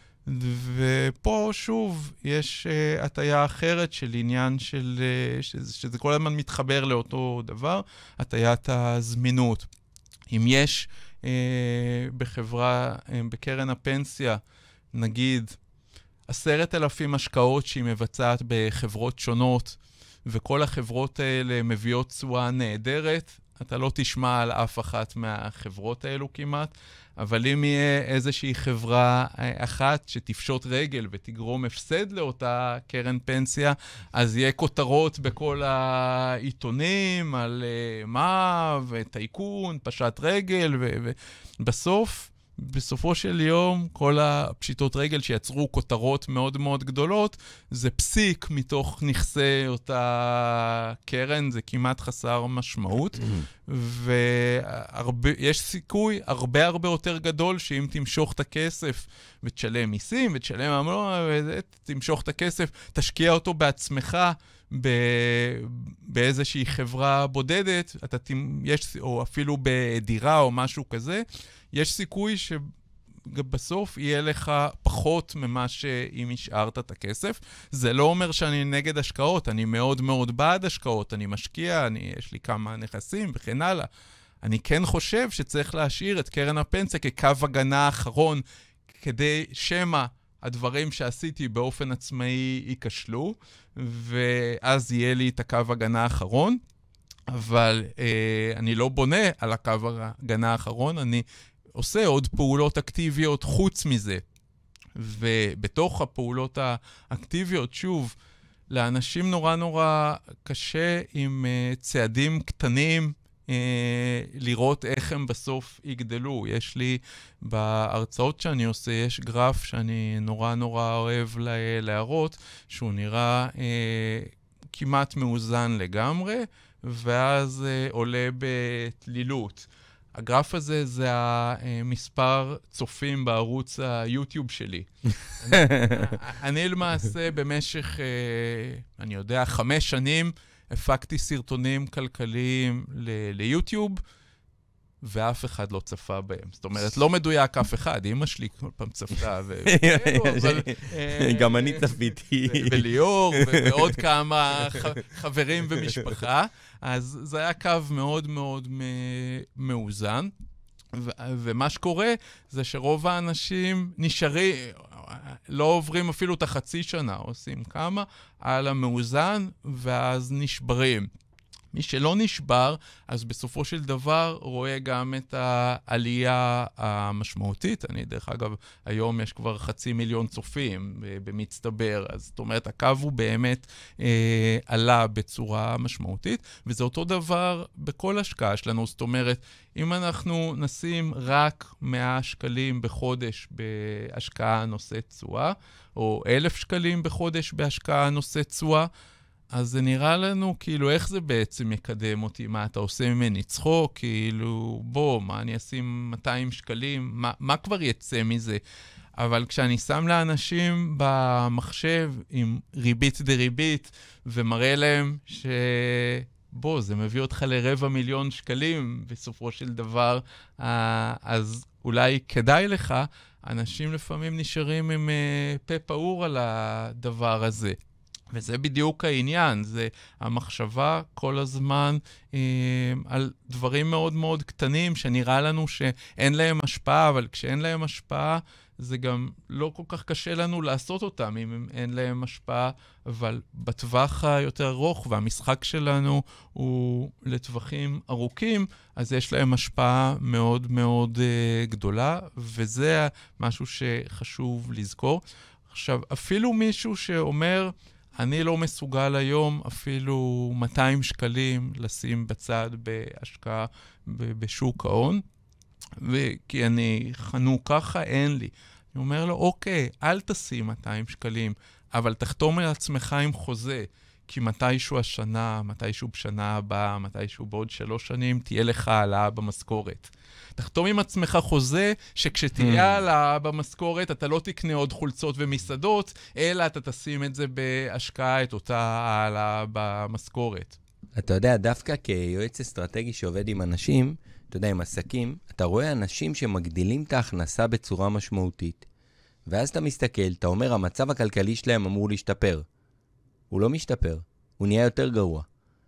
ופה שוב יש הטיה אחרת של עניין שזה כל הזמן מתחבר לאותו דבר, הטיית הזמינות. אם יש בחברה, בקרן הפנסיה, נגיד 10,000 השקעות שהיא מבצעת בחברות שונות, וכל החברות האלה מביאות תשואה נהדרת, אתה לא תשמע על אף אחת מהחברות האלו כמעט, אבל אם יהיה איזושהי חברה אחת שתפשוט רגל ותגרום הפסד לאותה קרן פנסיה, אז יהיה כותרות בכל העיתונים על מה וטייקון, פשט רגל, בסופו של יום, כל הפשיטות רגל שיצרו כותרות מאוד מאוד גדולות, זה פסיק מתוך נכסי אותה קרן, זה כמעט חסר משמעות, ויש סיכוי הרבה הרבה יותר גדול שאם תמשוך את הכסף ותשלם מיסים ותשלם עמלות, תמשוך את הכסף, תשקיע אותו בעצמך, באיזושהי חברה בודדת, או אפילו בדירה או משהו כזה, יש סיכוי שבסוף יהיה לך פחות ממה שאם השארת את הכסף. זה לא אומר שאני נגד השקעות, אני מאוד מאוד בעד השקעות, אני משקיע, יש לי כמה נכסים וכן הלאה. אני כן חושב שצריך להשאיר את קרן הפנסיה כקו הגנה האחרון, כדי שמה הדברים שעשיתי באופן עצמאי ייכשלו, ואז יהיה לי את הקו הגנה האחרון, אבל אני לא בונה על הקו הגנה האחרון, אני עושה עוד פעולות אקטיביות חוץ מזה. ובתוך הפעולות האקטיביות, שוב, לאנשים נורא נורא קשה עם צעדים קטנים, לראות איך הם בסוף יגדלו. יש לי בהרצאות שאני עושה, יש גרף שאני נורא נורא אוהב להראות, שהוא נראה כמעט מאוזן לגמרי, ואז עולה בתלילות. הגרף הזה זה המספר צופים בערוץ היוטיוב שלי. אני למעשה במשך, אני יודע, 5 שנים, הפקתי סרטונים כלכליים ליוטיוב, ואף אחד לא צפה בהם. זאת אומרת, לא מדויק אף אחד. אמא שלי כל פעם צפתה, גם אני צפיתי. וליאור, ועוד כמה חברים ומשפחה. אז זה היה קו מאוד מאוד מאוזן. ומה שקורה זה שרוב האנשים נשארים, לא עוברים אפילו את החצי שנה, עושים כמה, על המאוזן, ואז נשברים. מי שלא נשבר, אז בסופו של דבר רואה גם את העלייה המשמעותית. דרך אגב, היום יש כבר 500,000 צופים במצטבר, אז זאת אומרת, הקו הוא באמת עלה בצורה משמעותית, וזה אותו דבר בכל השקעה שלנו. זאת אומרת, אם אנחנו נשים רק 100 שקלים בחודש בהשקעה נושאת תשואה, או 1,000 שקלים בחודש בהשקעה נושאת תשואה, אז זה נראה לנו, כאילו, איך זה בעצם יקדם אותי? מה, אתה עושה ממני צחוק? כאילו, בוא, מה, אני אשים 200 שקלים? מה כבר יצא מזה? אבל כשאני שם לאנשים במחשב עם ריבית דריבית, ומראה להם בוא, זה מביא אותך ל250,000 שקלים, בסופו של דבר, אז אולי כדאי לך, אנשים לפעמים נשארים עם פה פעור על הדבר הזה. וזה בדיוק העניין, זה המחשבה כל הזמן על דברים מאוד מאוד קטנים, שנראה לנו שאין להם השפעה, אבל כשאין להם השפעה, זה גם לא כל כך קשה לנו לעשות אותם, אם אין להם השפעה, אבל בטווח היותר ארוך, והמשחק שלנו הוא לטווחים ארוכים, אז יש להם השפעה מאוד מאוד גדולה, וזה משהו שחשוב לזכור. עכשיו, אפילו מישהו שאומר, אני לא מסוגל היום אפילו 200 שקלים לשים בצד בהשקעה בשוק ההון, כי אני חנוק ככה, אין לי. אני אומר לו, אוקיי, אל תשים 200 שקלים, אבל תחתום על עצמך עם חוזה, כי מתישהו השנה, מתישהו בשנה הבאה, מתישהו בעוד 3 שנים, תהיה לך העלאה במשכורת. תחתום עם עצמך חוזה שכשתהיה העלאה במשכורת, אתה לא תקנה עוד חולצות ומסעדות, אלא אתה תשים את זה בהשקעה, את אותה העלאה במשכורת. אתה יודע, דווקא כיועץ אסטרטגי שעובד עם אנשים, אתה יודע, עם עסקים, אתה רואה אנשים שמגדילים את ההכנסה בצורה משמעותית, ואז אתה מסתכל, אתה אומר, המצב הכלכלי שלהם אמור להשתפר. הוא לא משתפר, הוא נהיה יותר גרוע.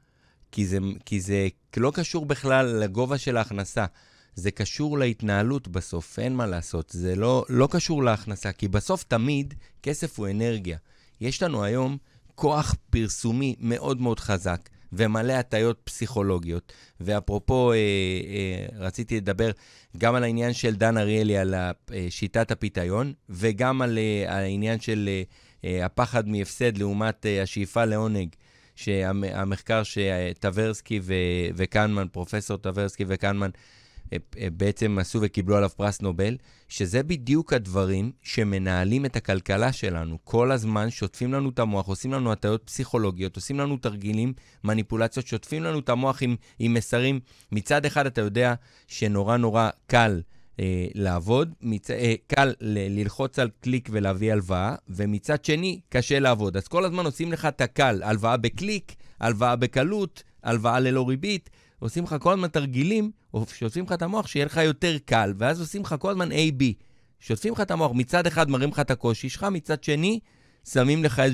כי זה לא קשור בכלל לגובה של ההכנסה, זה קשור להתנהלות בסוף, אין מה לעשות, זה לא קשור להכנסה, כי בסוף תמיד כסף הוא אנרגיה. יש לנו היום כוח פרסומי מאוד מאוד חזק, ומלא הטיות פסיכולוגיות, ואפרופו, רציתי לדבר גם על העניין של דן אריאלי, על שיטת הפיתיון, וגם על העניין של הפחד מהפסד לעומת השאיפה לעונג, שהמחקר שטברסקי וקנמן, פרופסור טברסקי וקנמן, בעצם עשו וקיבלו עליו פרס נובל, שזה בדיוק הדברים שמנהלים את הכלכלה שלנו. כל הזמן שוטפים לנו את המוח, עושים לנו הטיות פסיכולוגיות, עושים לנו תרגילים, מניפולציות, שוטפים לנו את המוח עם מסרים. מצד אחד אתה יודע שנורא נורא קל לעבוד, קל ללחוץ על קליק ולהביא הלוואה, ומצד שני קשה לעבוד. אז כל הזמן עושים לך את הקל, הלוואה בקליק, הלוואה בקלות, הלוואה ללא ריבית, עושים לך כל הזמן תרגילים, או שעושים לך את המוח שיהיה לך יותר קל, ואז עושים לך כל הזמן A-B. שעושים לך את המוח, מצד אחד מראים לך את הקושי שלך, מצד שני שמים לך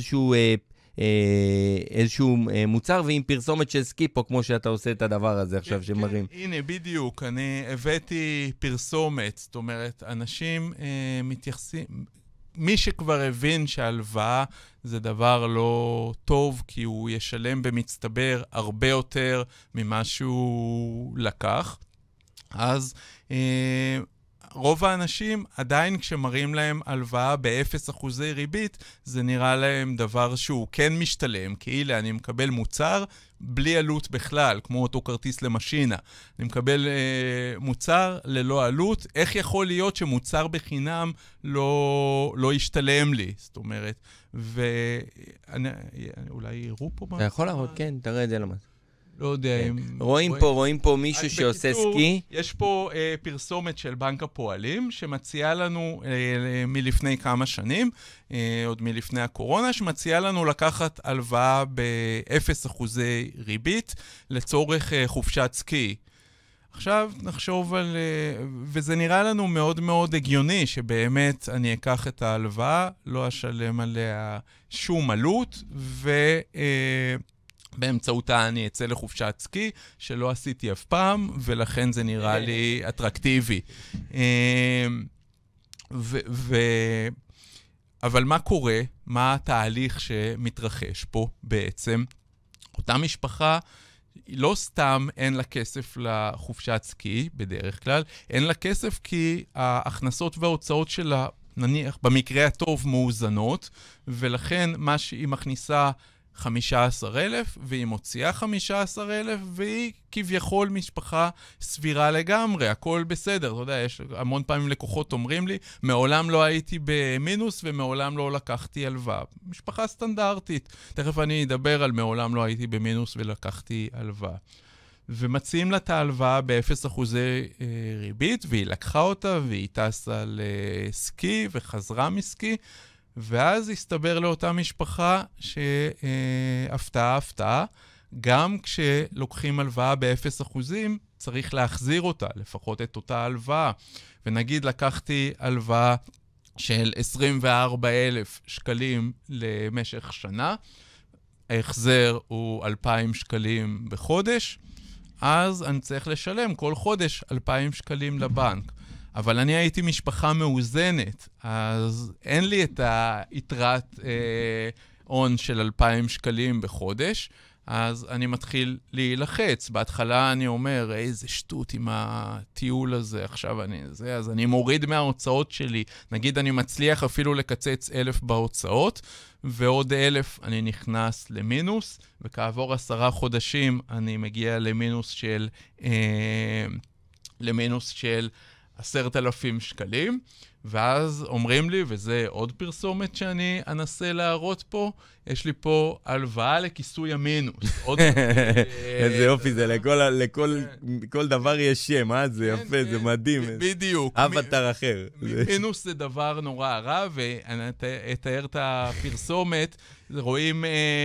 איזשהו מוצר, ועם פרסומת של סקיפו, כמו שאתה עושה את הדבר הזה עכשיו שמראים. הנה, בדיוק, אני הבאתי פרסומת, זאת אומרת, אנשים מתייחסים, מי שכבר הבין שהלוואה זה דבר לא טוב, כי הוא ישלם במצטבר הרבה יותר ממה שהוא לקח, אז רוב האנשים עדיין כשמראים להם הלוואה ב0% ריבית, זה נראה להם דבר שהוא כן משתלם, כאילו אני מקבל מוצר בלי עלות בכלל, כמו אותו כרטיס למשינה. אני מקבל מוצר ללא עלות, איך יכול להיות שמוצר בחינם לא ישתלם לי? זאת אומרת, אולי יראו פה מה? אתה יכול להראות, כן, תראה את זה למד. לא יודע אם... רואים פה מישהו שעושה סקי. יש פה פרסומת של בנק הפועלים, שמציעה לנו מלפני כמה שנים, עוד מלפני הקורונה, שמציעה לנו לקחת הלוואה ב0% ריבית, לצורך חופשת סקי. עכשיו נחשוב על, וזה נראה לנו מאוד מאוד הגיוני, שבאמת אני אקח את ההלוואה, לא אשלם עליה שום עלות, באמצעותה אני אצא לחופשת סקי, שלא עשיתי אף פעם, ולכן זה נראה לי אטרקטיבי. אבל מה קורה? מה התהליך שמתרחש פה בעצם? אותה משפחה, לא סתם אין לה כסף לחופשת סקי, בדרך כלל, אין לה כסף כי ההכנסות וההוצאות שלה, נניח, במקרה הטוב מאוזנות, ולכן מה שהיא מכניסה 15,000, והיא מוציאה 15,000, והיא כביכול משפחה סבירה לגמרי, הכל בסדר. אתה יודע, יש המון פעמים לקוחות אומרים לי, מעולם לא הייתי במינוס ומעולם לא לקחתי הלוואה. משפחה סטנדרטית. תכף אני אדבר על מעולם לא הייתי במינוס ולקחתי הלוואה. ומציעים לה את ההלוואה ב0% ריבית, והיא לקחה אותה והיא טסה לסקי וחזרה מסקי, ואז הסתבר לאותה משפחה שהפתעה, הפתעה, גם כשלוקחים הלוואה ב0%, צריך להחזיר אותה, לפחות את אותה הלוואה. ונגיד לקחתי הלוואה של 24,000 שקלים למשך שנה, ההחזר הוא 2,000 שקלים בחודש, אז אני צריך לשלם כל חודש 2,000 שקלים לבנק. אבל אני הייתי משפחה מאוזנת, אז אין לי את היתרת הון של 2,000 שקלים בחודש, אז אני מתחיל להילחץ. בהתחלה אני אומר, איזה שטות עם הטיול הזה, עכשיו אז אני מוריד מההוצאות שלי. נגיד אני מצליח אפילו לקצץ 1,000 בהוצאות, ועוד 1,000 אני נכנס למינוס, וכעבור 10 חודשים אני מגיע למינוס של 10,000 שקלים, ואז אומרים לי, וזה עוד פרסומת שאני אנסה להראות פה, יש לי פה הלוואה לכיסוי המינוס. איזה יופי זה, לכל דבר יש שם, זה יפה, זה מדהים. בדיוק. אבטר אחר. מינוס זה דבר נורא רע, ואני אתאר את הפרסומת, רואים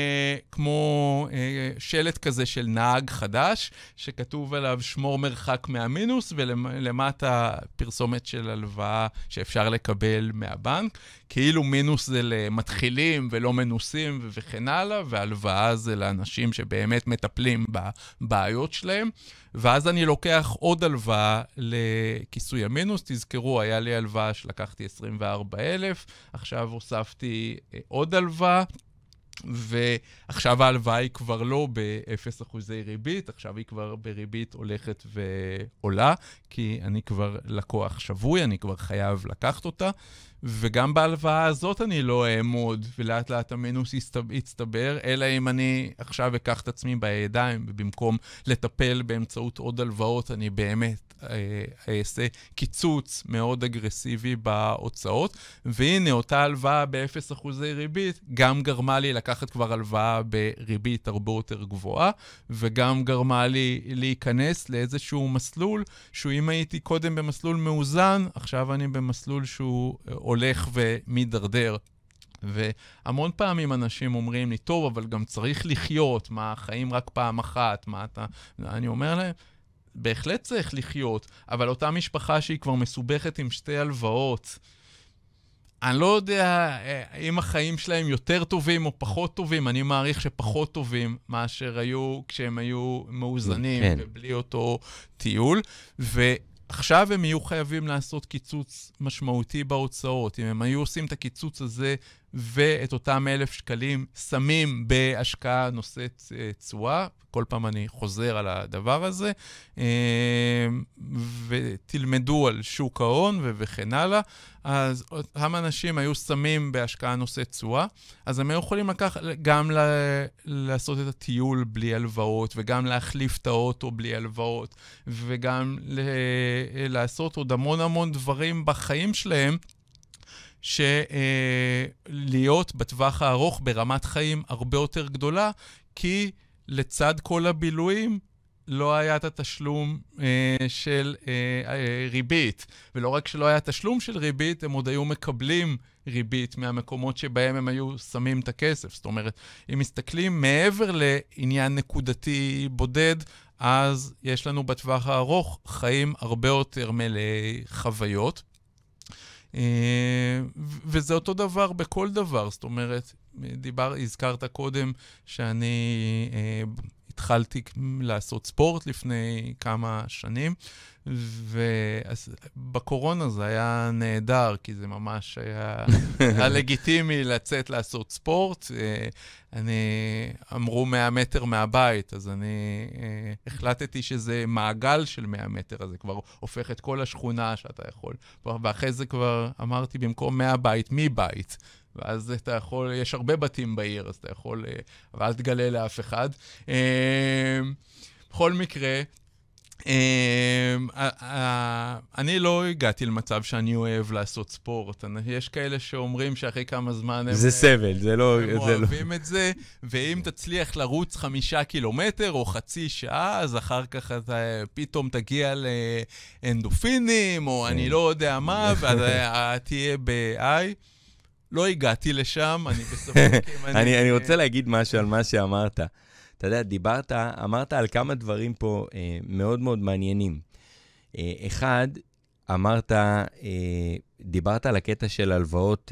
כמו שלט כזה של נהג חדש, שכתוב עליו שמור מרחק מהמינוס, ולמטה פרסומת של הלוואה שאפשר לקבל מהבנק. כאילו מינוס זה למתחילים ולא מנוסים וכן הלאה, והלוואה זה לאנשים שבאמת מטפלים בבעיות שלהם. ואז אני לוקח עוד הלוואה לכיסוי המינוס. תזכרו, היה לי הלוואה שלקחתי 24,000, עכשיו הוספתי עוד הלוואה, ועכשיו ההלוואה היא כבר לא ב0% ריבית, עכשיו היא כבר בריבית הולכת ועולה, כי אני כבר לקוח שבוי, אני כבר חייב לקחת אותה, וגם בהלוואה הזאת אני לא אעמוד, ולאט לאט המינוס יצטבר, אלא אם אני עכשיו אקח את עצמי בידיים, ובמקום לטפל באמצעות עוד הלוואות, אני באמת אעשה קיצוץ מאוד אגרסיבי בהוצאות, והנה אותה הלוואה ב0% ריבית, גם גרמה לי לקחת כבר הלוואה בריבית הרבה יותר גבוהה, וגם גרמה לי להיכנס לאיזשהו מסלול, שהוא אם הייתי קודם במסלול מאוזן, עכשיו אני במסלול שהוא הולך ומדרדר. והמון פעמים אנשים אומרים לי, טוב, אבל גם צריך לחיות, מה, החיים רק פעם אחת, מה אתה... אני אומר להם, בהחלט צריך לחיות, אבל אותה משפחה שהיא כבר מסובכת עם 2 הלוואות, אני לא יודע אם החיים שלהם יותר טובים או פחות טובים, אני מעריך שפחות טובים מאשר היו כשהם היו מאוזנים ובלי אותו טיול, ועכשיו הם יהיו חייבים לעשות קיצוץ משמעותי בהוצאות. אם הם היו עושים את הקיצוץ הזה ואת אותם 1,000 שקלים שמים בהשקעה נושאת תשואה, כל פעם אני חוזר על הדבר הזה, ותלמדו על שוק ההון וכן הלאה, אז אותם אנשים היו שמים בהשקעה נושאת תשואה, אז הם היו יכולים גם לעשות את הטיול בלי הלוואות, וגם להחליף את האוטו בלי הלוואות, וגם לעשות עוד המון דברים בחיים שלהם, שלהיות בטווח הארוך ברמת חיים הרבה יותר גדולה, כי לצד כל הבילויים לא היה את התשלום של ריבית. ולא רק שלא היה תשלום של ריבית, הם עוד היו מקבלים ריבית מהמקומות שבהם הם היו שמים את הכסף. זאת אומרת, אם מסתכלים מעבר לעניין נקודתי בודד, אז יש לנו בטווח הארוך חיים הרבה יותר מלאי חוויות. וזה אותו דבר בכל דבר. זאת אומרת, הזכרת קודם שאני התחלתי לעשות ספורט לפני כמה שנים, ובקורונה זה היה נהדר, כי זה ממש היה לגיטימי לצאת לעשות ספורט. אמרו 100 מטר מהבית, אז אני החלטתי שזה מעגל של 100 מטר, אז זה כבר הופך את כל השכונה שאתה יכול. ואחרי זה כבר אמרתי, במקום מהבית, מבית. ואז אתה יכול, יש הרבה בתים בעיר, אז אתה יכול, אבל אל תגלה לאף אחד. בכל מקרה, אני לא הגעתי למצב שאני אוהב לעשות ספורט. יש כאלה שאומרים שאחרי כמה זמן זה סבל, זה לא... הם אוהבים את זה, ואם תצליח לרוץ 5 קילומטר או חצי שעה, אז אחר כך אתה פתאום תגיע לאנדופינים, או אני לא יודע מה, ואז תהיה ב-I. לא הגעתי לשם, אני בספק. אני רוצה להגיד משהו על מה שאמרת. אתה יודע, אמרת על כמה דברים פה מאוד מאוד מעניינים. אחד, דיברת על הקטע של הלוואות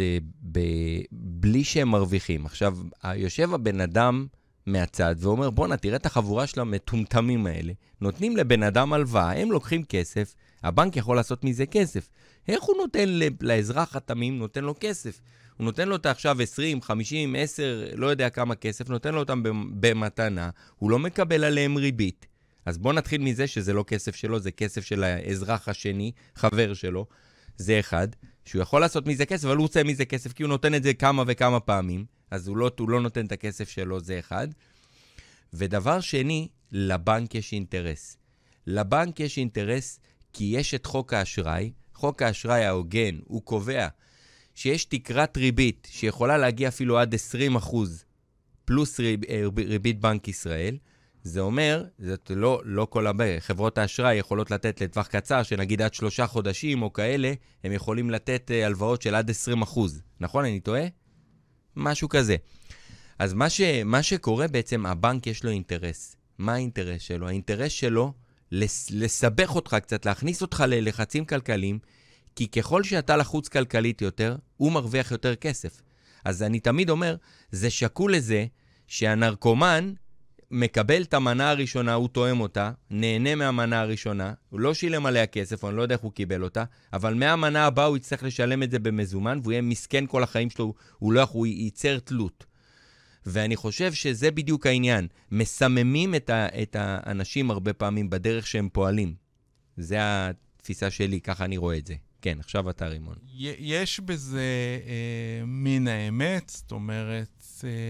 בלי שהם מרוויחים. עכשיו, יושב הבן אדם מהצד ואומר, בוא תראה את החבורה של המטומטמים האלה. נותנים לבן אדם הלוואה, הם לוקחים כסף, הבנק יכול לעשות מזה כסף. איך הוא נותן לאזרח התמים, נותן לו כסף? הוא נותן לו את עכשיו 20, 50, 10, לא יודע כמה כסף, נותן לו אותם במתנה, הוא לא מקבל עליהם ריבית. אז בוא נתחיל מזה שזה לא כסף שלו, זה כסף של האזרח השני, חבר שלו. זה אחד, שהוא יכול לעשות מזה כסף, אבל הוא רוצה מזה כסף, כי הוא נותן את זה כמה וכמה פעמים, אז הוא לא נותן את הכסף שלו, זה אחד. ודבר שני, לבנק יש אינטרס. לבנק יש אינטרס כי יש את חוק האשראי, חוק האשראי ההוגן, הוא קובע שיש תקרת ריבית שיכולה להגיע אפילו עד 20% פלוס ריבית בנק ישראל. זה אומר, זאת לא כל חברות האשראי יכולות לתת לטווח קצר, שנגיד עד 3 חודשים או כאלה, הם יכולים לתת הלוואות של עד 20%. נכון, אני טועה? משהו כזה. אז מה שקורה בעצם, הבנק יש לו אינטרס. מה האינטרס שלו? האינטרס שלו לסבך אותך קצת, להכניס אותך ללחצים כלכליים, כי ככל שאתה לחוץ כלכלית יותר, הוא מרוויח יותר כסף. אז אני תמיד אומר, זה שקול לזה שהנרקומן מקבל את המנה הראשונה, הוא תואם אותה, נהנה מהמנה הראשונה, הוא לא שילם עליה כסף, אני לא יודע איך הוא קיבל אותה, אבל מהמנה הבאה הוא יצטרך לשלם את זה במזומן, והוא יהיה מסכן כל החיים שלו, הוא ייצר תלות. ואני חושב שזה בדיוק העניין. מסממים את האנשים הרבה פעמים בדרך שהם פועלים. זה התפיסה שלי, ככה אני רואה את זה. כן, עכשיו אתה רימון. יש בזה מן האמת, זאת אומרת,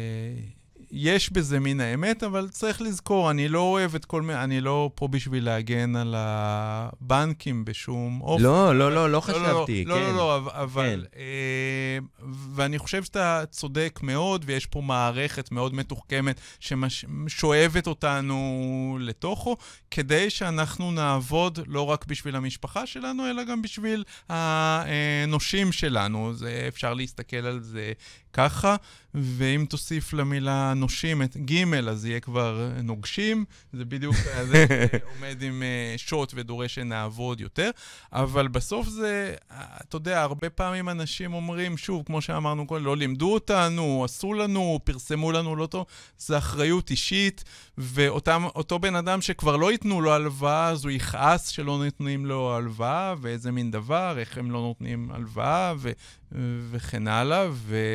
יש בזה מן האמת, אבל צריך לזכור, אני לא אוהב את כל אני לא פה בשביל להגן על הבנקים בשום אופן. לא חשבתי. לא, אבל, ואני חושב שאתה צודק מאוד, ויש פה מערכת מאוד מתוחכמת ששואבת אותנו לתוכו, כדי שאנחנו נעבוד לא רק בשביל המשפחה שלנו, אלא גם בשביל הנושים שלנו. אפשר להסתכל על זה ככה, ואם תוסיף למילה נושים את ג' אז יהיה כבר נוגשים, זה בדיוק זה עומד עם שוט ודורש שנעבוד יותר, אבל בסוף זה, אתה יודע, הרבה פעמים אנשים אומרים, שוב, כמו שאמרנו, לא לימדו אותנו, עשו לנו, פרסמו לנו לא טוב, זה אחריות אישית, ואותו בן אדם שכבר לא ייתנו לו הלוואה, אז הוא יכעס שלא נותנים לו הלוואה, ואיזה מין דבר, איך הם לא נותנים הלוואה, וכן הלאה,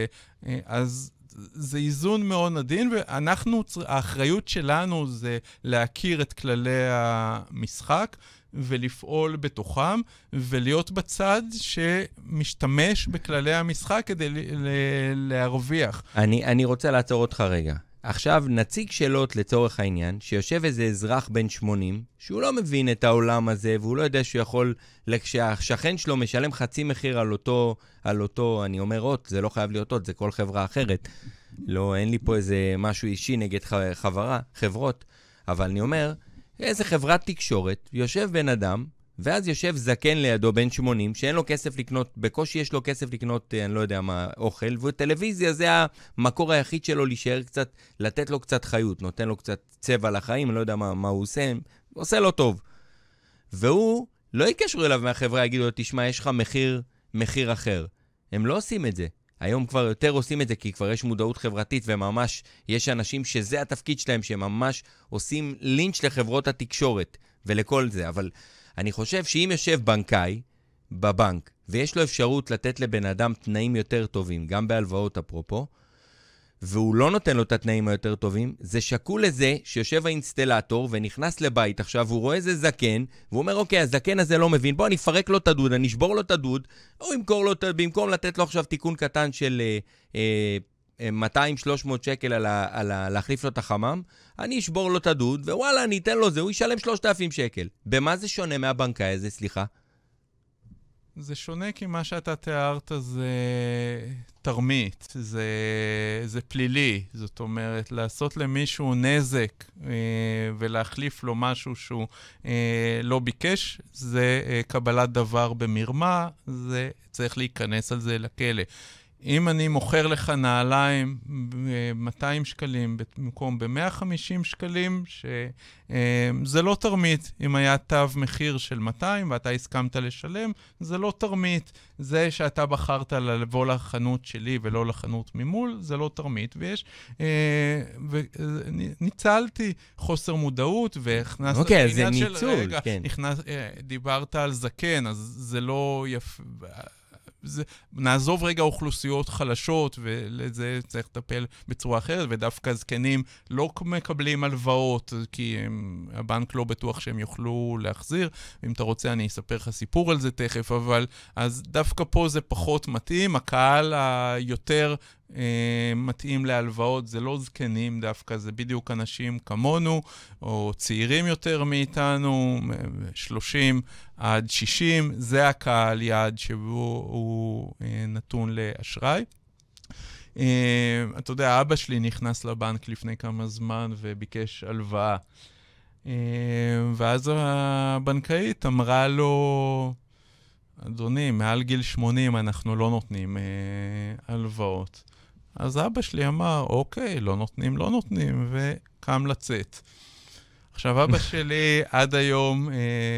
אז זה איזון מאוד עדין, האחריות שלנו זה להכיר את כללי המשחק, ולפעול בתוכם, ולהיות בצד שמשתמש בכללי המשחק כדי להרוויח. אני רוצה לעצור אותך רגע. עכשיו נציג שאלות לצורך העניין, שיושב איזה אזרח בן 80, שהוא לא מבין את העולם הזה, והוא לא יודע שהוא יכול, כשהשכן שלו משלם חצי מחיר על אותו, אני אומר עוד, זה לא חייב להיות עוד, זה כל חברה אחרת. לא, אין לי פה איזה משהו אישי נגד חברות, אבל אני אומר, איזה חברת תקשורת, יושב בן אדם, ואז יושב זקן לידו בן 80, שאין לו כסף לקנות, בקושי יש לו כסף לקנות, אני לא יודע מה, אוכל, וטלוויזיה זה המקור היחיד שלו להישאר קצת, לתת לו קצת חיות, נותן לו קצת צבע לחיים, אני לא יודע מה הוא עושה לו טוב. והוא, לא יקשרו אליו מהחברה, יגידו לו, תשמע, יש לך מחיר אחר. הם לא עושים את זה. היום כבר יותר עושים את זה, כי כבר יש מודעות חברתית, וממש יש אנשים שזה התפקיד שלהם, שממש עושים לינץ' לחברות התקשורת, ולכל זה. אבל אני חושב שאם יושב בנקאי בבנק, ויש לו אפשרות לתת לבן אדם תנאים יותר טובים, גם בהלוואות אפרופו, והוא לא נותן לו את התנאים היותר טובים, זה שקול לזה שיושב האינסטלטור ונכנס לבית עכשיו, והוא רואה איזה זקן, והוא אומר, אוקיי, הזקן הזה לא מבין, בוא, אני אפרק לו את הדוד, אני אשבור לו את הדוד, או ימכור לו, במקום לתת לו עכשיו תיקון קטן של 200-300 שקל על להחליף לו את החמם, אני אשבור לו את הדוד, ווואלה, אני אתן לו זה, הוא ישלם 3,000 שקל. במה זה שונה מהבנקאי הזה, סליחה? זה שונה כי מה שאתה תיארת זה תרמית, זה פלילי. זאת אומרת, לעשות למישהו נזק ולהחליף לו משהו שהוא לא ביקש, זה קבלת דבר במרמה, זה צריך להיכנס על זה לכלא. אם אני מוכר לך נעליים ב-200 שקלים במקום ב-150 שקלים, שזה לא תרמית. אם היה תו מחיר של 200 ואתה הסכמת לשלם, זה לא תרמית. זה שאתה בחרת לבוא לחנות שלי ולא לחנות ממול, זה לא תרמית. וניצלתי חוסר מודעות והכנסת... אוקיי, זה ניצול, כן. דיברת על זקן, אז זה לא יפה... נעזוב רגע אוכלוסיות חלשות, ולזה צריך לטפל בצורה אחרת, ודווקא זקנים לא מקבלים הלוואות, כי הבנק לא בטוח שהם יוכלו להחזיר. אם אתה רוצה, אני אספר לך סיפור על זה תכף, אבל אז דווקא פה זה פחות מתאים. הקהל היותר מתאים להלוואות, זה לא זקנים דווקא, זה בדיוק אנשים כמונו, או צעירים יותר מאיתנו, 30 עד 60, זה הקהל יעד שהוא נתון לאשראי. אתה יודע, אבא שלי נכנס לבנק לפני כמה זמן וביקש הלוואה. ואז הבנקאית אמרה לו, אדוני, מעל גיל 80 אנחנו לא נותנים הלוואות. אז אבא שלי אמר, אוקיי, לא נותנים, וקם לצאת. עכשיו, אבא שלי עד היום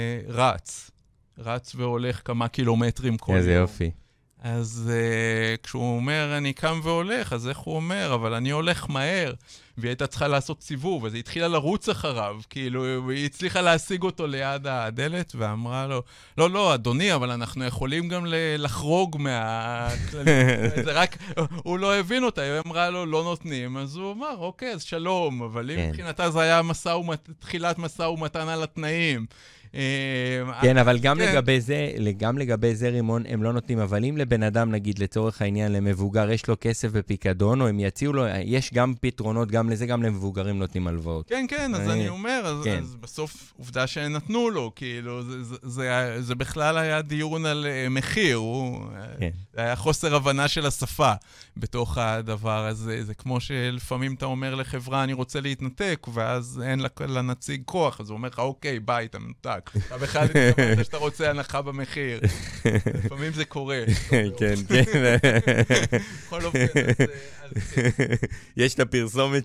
רץ והולך כמה קילומטרים כל יום. איזה יופי. אז כשהוא אומר, אני קם והולך, אז איך הוא אומר? אבל אני הולך מהר, והיא הייתה צריכה לעשות סיבוב, אז היא התחילה לרוץ אחריו, כאילו, היא הצליחה להשיג אותו ליד הדלת, ואמרה לו, לא, אדוני, אבל אנחנו יכולים גם לחרוג מהכללים. זה רק, הוא לא הבין אותה, היא אמרה לו, לא נותנים, אז הוא אמר, אוקיי, אז שלום, אבל אם מבחינתה זה היה תחילת מסע ומתן על התנאים. כן, אבל גם לגבי זה רימון, הם לא נותנים, אבל אם לבן אדם, נגיד, לצורך העניין, למבוגר, יש לו כסף בפיקדון, או הם יציעו לו, יש גם פתרונות, גם לזה, גם למבוגרים נותנים הלוואות. כן, אז אני אומר, אז בסוף עובדה שנתנו לו, כאילו, זה בכלל היה דיון על מחיר, היה חוסר הבנה של השפה בתוך הדבר הזה, זה כמו שלפעמים אתה אומר לחברה, אני רוצה להתנתק, ואז אין לנציג כוח, אז הוא אומר לך, אוקיי, ביי, אתה מנותק. אתה בכלל התכוונת שאתה רוצה הנחה במחיר. לפעמים זה קורה. כן. בכל אופן, יש את הפרסומת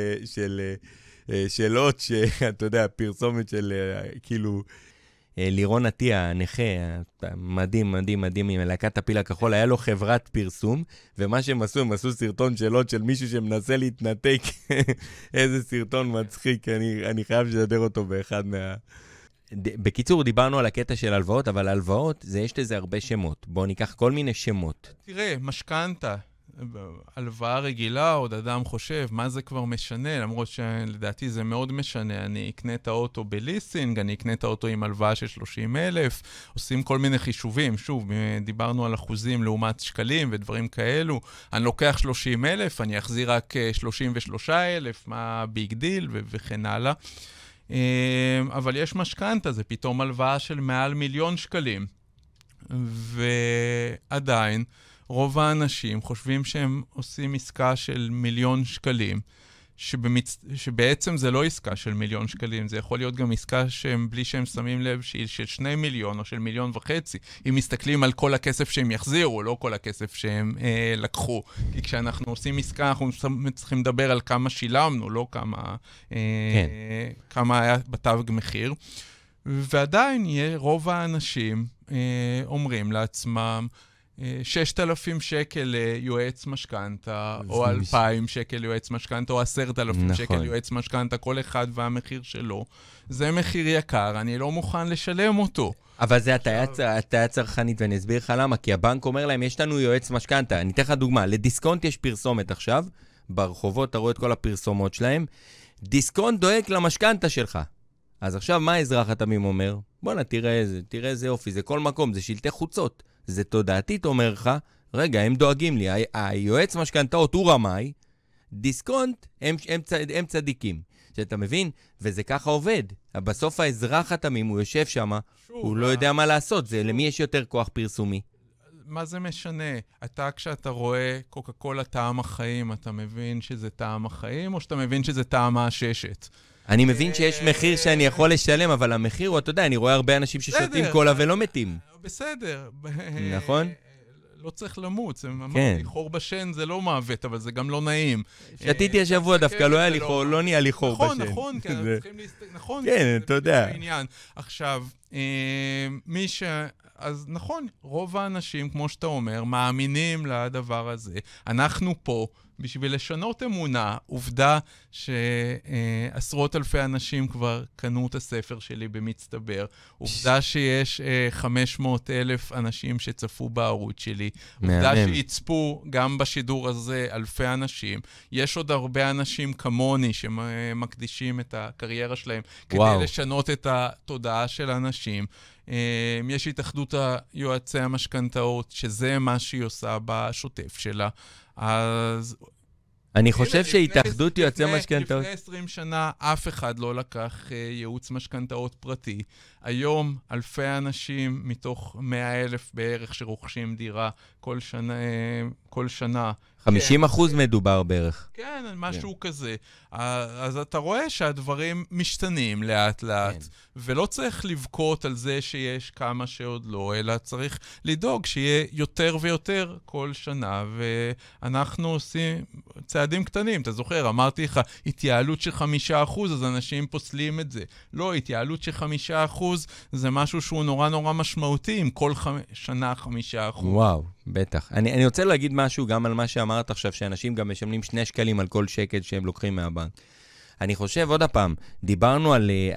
של עוד, שאתה יודע, פרסומת של כאילו לירון עטיה, הנכה, מדהים, עם להקת הפיל הכחול, היה לו חברת פרסום, ומה שהם עשו סרטון של עוד של מישהו שמנסה להתנתק. איזה סרטון מצחיק, אני חייב לשדר אותו באחד בקיצור, דיברנו על הקטע של הלוואות, אבל הלוואות, יש לזה הרבה שמות. בואו ניקח כל מיני שמות. תראה, משכנתה, הלוואה רגילה, עוד אדם חושב, מה זה כבר משנה? למרות שלדעתי זה מאוד משנה. אני אקנה את האוטו בליסינג, אני אקנה את האוטו עם הלוואה של 30,000, עושים כל מיני חישובים. שוב, דיברנו על אחוזים לעומת שקלים ודברים כאלו. אני לוקח 30,000, אני אחזיר רק 33,000, מה ביג דיל וכן הלאה. אבל יש משכנתה, זה פתאום הלוואה של מעל 1,000,000 שקלים. ועדיין, רוב האנשים חושבים שהם עושים עסקה של 1,000,000 שקלים, שבעצם זה לא עסקה של 1,000,000 שקלים, זה יכול להיות גם עסקה בלי שהם שמים לב שהיא של 2 מיליון או של 1.5 מיליון, אם מסתכלים על כל הכסף שהם יחזירו, לא כל הכסף שהם לקחו. כי כשאנחנו עושים עסקה, אנחנו צריכים לדבר על כמה שילמנו, לא כמה היה בתווך מחיר. ועדיין רוב האנשים אומרים לעצמם, 6,000 שקל ליועץ משכנתה, או 2,000 שקל ליועץ משכנתה, או 10,000 שקל ליועץ משכנתה, כל אחד והמחיר שלו. זה מחיר יקר, אני לא מוכן לשלם אותו. אבל זה הטעיה צרכנית, ואני אסביר לך למה, כי הבנק אומר להם, יש לנו יועץ משכנתה. אני אתן לך דוגמה, לדיסקונט יש פרסומת עכשיו, ברחובות אתה רואה את כל הפרסומות שלהם, דיסקונט דואג למשכנתה שלך. אז עכשיו מה האזרח התמים אומר? בוא'נה, תראה איזה אופי, זה כל מקום, זה שלטי חוצות. זה תודעתית אומר לך, רגע, הם דואגים לי, היועץ משכנתאות הוא רמאי, דיסקונט הם צדיקים. שאתה מבין? וזה ככה עובד. בסוף האזרח התמים, הוא יושב שם, הוא לא יודע מה לעשות, זה למי יש יותר כוח פרסומי. מה זה משנה? כשאתה רואה קוקה קולה טעם החיים, אתה מבין שזה טעם החיים, או שאתה מבין שזה טעם העששת? אני מבין שיש מחיר שאני יכול לשלם, אבל המחיר הוא, אתה יודע, אני רואה הרבה אנשים ששותים קולה ולא מתים. בסדר. נכון? לא צריך למות, חור בשן זה לא מוות, אבל זה גם לא נעים. שתיתי השבוע דווקא לא היה לי חור, לא נהיה לי חור בשן. נכון, נכון. כן, אתה יודע. עכשיו, אז נכון, רוב האנשים, כמו שאתה אומר, מאמינים לדבר הזה. אנחנו פה בשביל לשנות אמונה. עובדה שעשרות אלפי אנשים כבר קנו את הספר שלי במצטבר. עובדה שיש 500,000 אנשים שצפו בערוץ שלי. עובדה שיצפו גם בשידור הזה אלפי אנשים. יש עוד הרבה אנשים כמוני שמקדישים את הקריירה שלהם כדי לשנות את התודעה של אנשים. יש התאחדות היועצי המשכנתאות, שזה מה שהיא עושה בשוטף שלה. אז אני חושב שהתאחדות יועצי משכנתאות... לפני 20 שנה אף אחד לא לקח ייעוץ משכנתאות פרטי. היום אלפי אנשים מתוך 100,000 בערך שרוכשים דירה כל שנה. 50% מדובר בערך. כן, משהו כזה. אז אתה רואה שהדברים משתנים לאט לאט, ולא צריך לבכות על זה שיש כמה שעוד לא, אלא צריך לדאוג שיהיה יותר ויותר כל שנה, ואנחנו עושים צעדים קטנים. אתה זוכר, אמרתי לך, התייעלות של 5%, אז אנשים פוסלים את זה. לא, התייעלות של 5% זה משהו שהוא נורא נורא משמעותי, עם כל שנה 5%. וואו, בטח. אני רוצה להגיד משהו גם על מה שאמרת עכשיו, שאנשים גם משלמים 2 שקלים על כל שקל שהם לוקחים מהבנק. אני חושב, עוד הפעם, דיברנו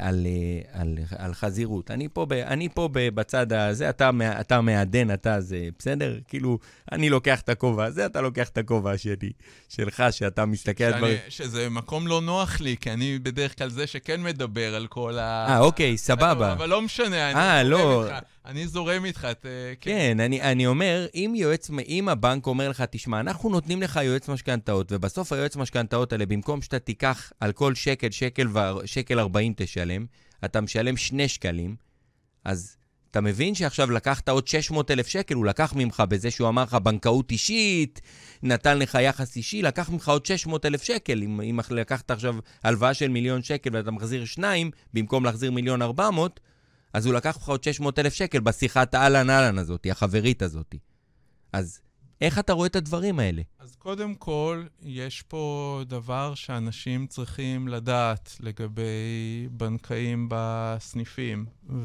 על חזירות. אני פה בצד הזה, אתה מעדן, אתה זה, בסדר? כאילו, אני לוקח את הכובע הזה, אתה לוקח את הכובע שלך, שאתה מסתכל על דברים. שזה מקום לא נוח לי, כי אני בדרך כלל זה שכן מדבר על כל ה... אוקיי, סבבה. אבל לא משנה, אני זורם איתך. כן, אני אומר, אם הבנק אומר לך, תשמע, אנחנו נותנים לך יועץ משכנתאות, ובסוף היועץ משכנתאות האלה, במקום שאתה תיקח על כל שקל 40 תשלם, אתה משלם 2 שקלים, אז אתה מבין שעכשיו לקחת עוד 600,000 שקל, הוא לקח ממך בזה שהוא אמר לך בנקאות אישית, נתן לך יחס אישי, לקח ממך עוד 600,000 שקל, אם לקחת עכשיו הלוואה של 1,000,000 שקל ואתה מחזיר 2, במקום להחזיר 1,400,000, אז הוא לקח לך עוד 600,000 שקל בשיחת האלן הזאת, החברית הזאת. אז איך אתה רואה את הדברים האלה? אז קודם כל, יש פה דבר שאנשים צריכים לדעת לגבי בנקאים בסניפים,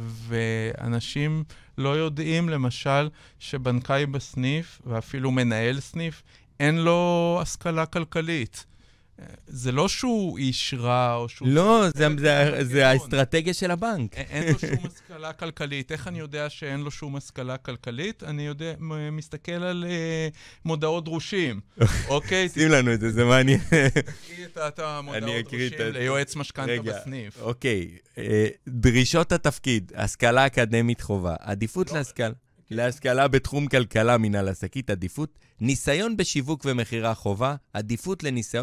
ואנשים לא יודעים למשל שבנקאי בסניף, ואפילו מנהל סניף, אין לו השכלה כלכלית. זה לא שהוא איש רע או שהוא... לא, זה האסטרטגיה של הבנק. אין לו שום השכלה כלכלית. איך אני יודע שאין לו שום השכלה כלכלית? אני מסתכל על מודעות דרושים. אוקיי? שים לנו את זה, זה מעניין. תקריא את המודעות דרושים ליועץ משכנתה בסניף. אוקיי. דרישות התפקיד, השכלה אקדמית חובה, עדיפות להשכלה בתחום כלכלה מנהל עסקית, עדיפות ניסיון בשיווק ומחירה חובה, עדיפות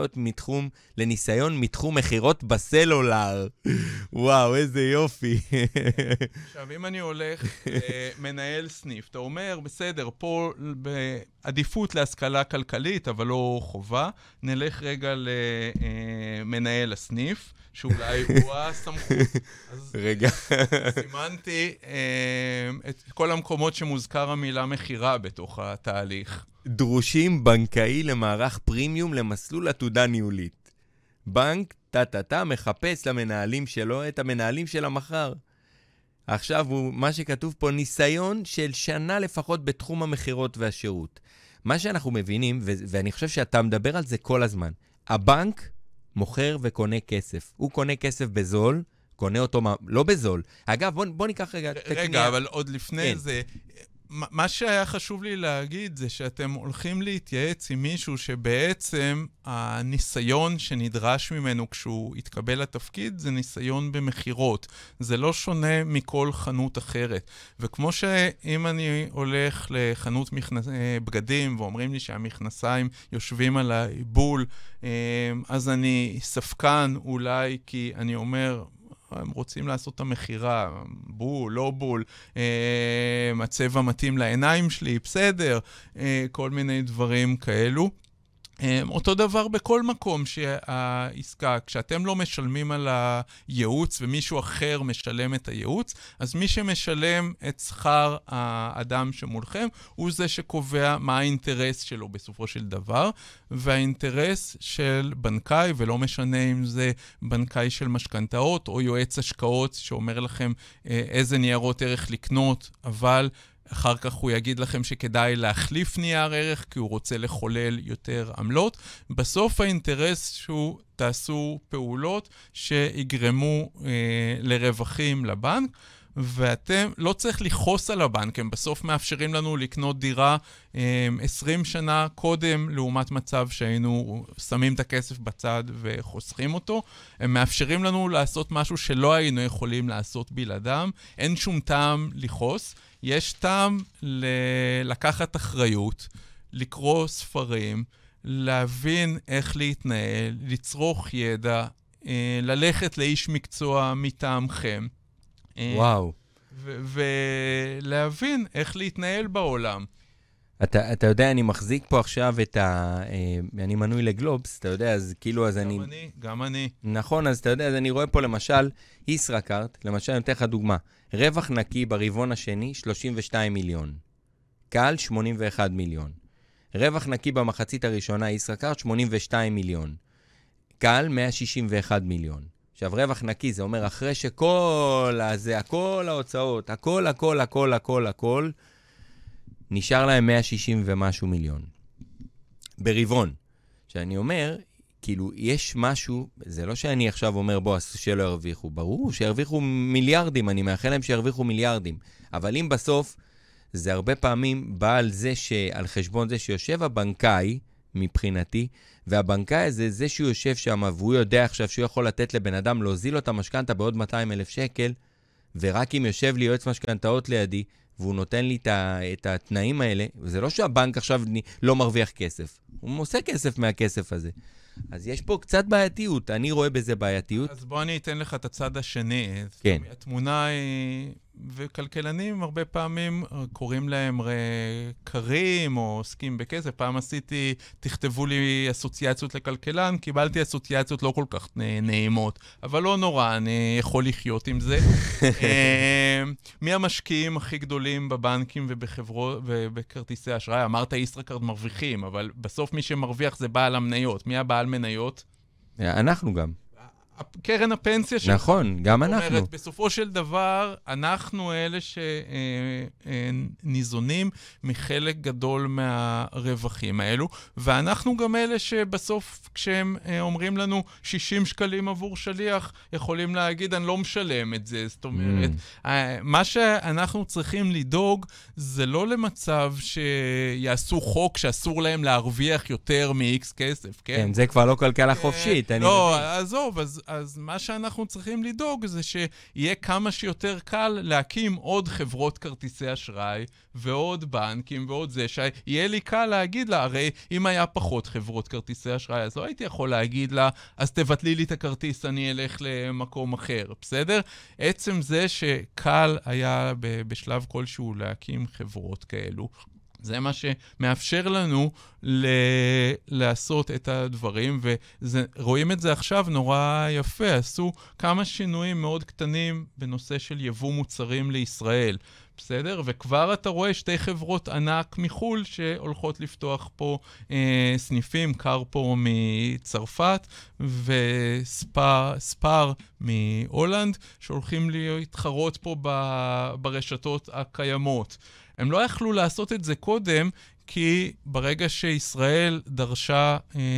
לניסיון מתחום מחירות בסלולר. וואו, איזה יופי. עכשיו, אם אני הולך מנהל סניף, אתה אומר, בסדר, פה בעדיפות להשכלה כלכלית, אבל לא חובה, נלך רגע למנהל הסניף, שאולי הוא הסמכות. רגע. סימנתי את כל המקומות שמוזכר המילה מחירה בתוך התהליך. דרושים בנקאי למערך פרימיום למסלול עתודה ניהולית. בנק, מחפש למנהלים שלו את המנהלים של המחר. עכשיו, מה שכתוב פה, ניסיון של שנה לפחות בתחום המחירות והשירות. מה שאנחנו מבינים, ואני חושב שאתה מדבר על זה כל הזמן, הבנק מוכר וקונה כסף. הוא קונה כסף בזול, קונה אותו לא בזול. אגב, בוא ניקח רגע... רגע, אבל עוד לפני זה... מה שהיה חשוב לי להגיד זה שאתם הולכים להתייעץ עם מישהו שבעצם הניסיון שנדרש ממנו כשהוא יתקבל לתפקיד זה ניסיון במחירות. זה לא שונה מכל חנות אחרת. וכמו שאם אני הולך לחנות בגדים ואומרים לי שהמכנסיים יושבים על העיבול, אז אני ספקן אולי כי אני אומר... הם רוצים לעשות את המחירה, בול, לא בול, הצבע מתאים לעיניים שלי, בסדר, כל מיני דברים כאלו. אותו דבר בכל מקום שהעסקה, כשאתם לא משלמים על הייעוץ ומישהו אחר משלם את הייעוץ, אז מי שמשלם את שכר האדם שמולכם הוא זה שקובע מה האינטרס שלו בסופו של דבר, והאינטרס של בנקאי, ולא משנה אם זה בנקאי של משכנתאות או יועץ השקעות שאומר לכם איזה ניירות ערך לקנות, אבל אחר כך הוא יגיד לכם שכדאי להחליף נייר ערך, כי הוא רוצה לחולל יותר עמלות. בסוף האינטרס שהוא תעשו פעולות שיגרמו לרווחים לבנק, ואתם לא צריך לחוס על הבנק, הם בסוף מאפשרים לנו לקנות דירה 20 שנה קודם, לעומת מצב שהיינו שמים את הכסף בצד וחוסכים אותו. הם מאפשרים לנו לעשות משהו שלא היינו יכולים לעשות בלעדם, אין שום טעם לחוס. יש טעם לקחת אחריות, לקרוא ספרים, להבין איך להתנהל, לצרוך ידע, ללכת לאיש מקצוע מטעמכם. וואו. ולהבין איך להתנהל בעולם. אתה יודע, אני מחזיק פה עכשיו אני מנוי לגלובס, אתה יודע, אז כאילו, אז אני... גם אני. נכון, אז אתה יודע, אז אני רואה פה למשל, ישראכרט, למשל, אני נותן לך דוגמה, רווח נקי ברבעון השני, 32 מיליון. קל, 81 מיליון. רווח נקי במחצית הראשונה, ישראכרט, 82 מיליון. קל, 161 מיליון. עכשיו, רווח נקי, זה אומר, אחרי שכל הזה, הכל ההוצאות, הכל, נשאר להם 160 ומשהו מיליון. ברבעון. שאני אומר, כאילו, יש משהו, זה לא שאני עכשיו אומר, בוא, שלא ירוויחו. ברור שירוויחו מיליארדים, אני מאחל להם שירוויחו מיליארדים. אבל אם בסוף, זה הרבה פעמים בא על זה על חשבון זה שיושב הבנקאי, מבחינתי, והבנקאי הזה, זה שהוא יושב שם, והוא יודע עכשיו שהוא יכול לתת לבן אדם, להוזיל לו את המשכנתה בעוד 200,000 שקל, ורק אם יושב לי יועץ משכנתאות לידי, והוא נותן לי את התנאים האלה, וזה לא שהבנק עכשיו לא מרוויח כסף, הוא עושה כסף מהכסף הזה. אז יש פה קצת בעייתיות, אני רואה בזה בעייתיות. אז בוא אני אתן לך את הצד השני. כן. התמונה היא, וכלכלנים הרבה פעמים קוראים להם קרים או עוסקים בכסף. פעם עשיתי, תכתבו לי אסוציאציות לכלכלן, קיבלתי אסוציאציות לא כל כך נעימות, אבל לא נורא, אני יכול לחיות עם זה. מי המשקיעים הכי גדולים בבנקים ובחברות ובכרטיסי אשראי? אמרת ישראכרט מרוויחים, אבל בסוף מי שמרוויח זה בעל המניות. מי הבעל מניות? אנחנו גם. קרן הפנסיה שלך. נכון, גם אנחנו. זאת אומרת, בסופו של דבר, אנחנו אלה שניזונים מחלק גדול מהרווחים האלו, ואנחנו גם אלה שבסוף, כשהם אומרים לנו 60 שקלים עבור שליח, יכולים להגיד, אני לא משלם את זה. זאת אומרת, מה שאנחנו צריכים לדאוג, זה לא למצב שיעשו חוק שאסור להם להרוויח יותר מ-X כסף, כן? כן, זה כבר לא כלכלה חופשית. לא, עזוב, אז מה שאנחנו צריכים לדאוג זה שיהיה כמה שיותר קל להקים עוד חברות כרטיסי אשראי ועוד בנקים ועוד זה, שיהיה לי קל להגיד לה, הרי אם היה פחות חברות כרטיסי אשראי, אז לא הייתי יכול להגיד לה, אז תבטלי לי את הכרטיס, אני אלך למקום אחר, בסדר? עצם זה שקל היה בשלב כלשהו להקים חברות כאלו, זה מה שמאפשר לנו לעשות את הדברים, ורואים את זה עכשיו נורא יפה. עשו כמה שינויים מאוד קטנים בנושא של יבוא מוצרים לישראל, בסדר? וכבר אתה רואה שתי חברות ענק מחול שהולכות לפתוח פה סניפים, קרפור מצרפת וספר מהולנד, שהולכים להתחרות פה ברשתות הקיימות. הם לא יכלו לעשות את זה קודם, כי ברגע שישראל דרשה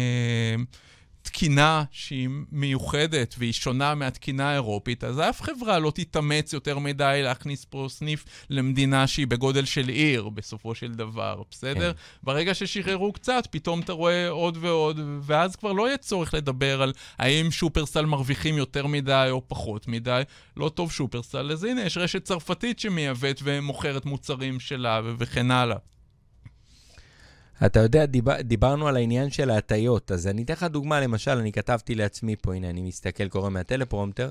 תקינה שהיא מיוחדת והיא שונה מהתקינה האירופית, אז אף חברה לא תתאמץ יותר מדי להכניס פה סניף למדינה שהיא בגודל של עיר, בסופו של דבר, בסדר? ברגע ששחררו קצת, פתאום אתה רואה עוד ועוד, ואז כבר לא יהיה צורך לדבר על האם שופרסל מרוויחים יותר מדי או פחות מדי. לא טוב שופרסל, אז הנה, יש רשת צרפתית שמייבאת ומוכרת מוצרים שלה וכן הלאה. אתה יודע, דיברנו על העניין של ההטיות, אז אני אתן לך דוגמה, למשל, אני כתבתי לעצמי פה, הנה, אני מסתכל, קורא מהטלפרומטר,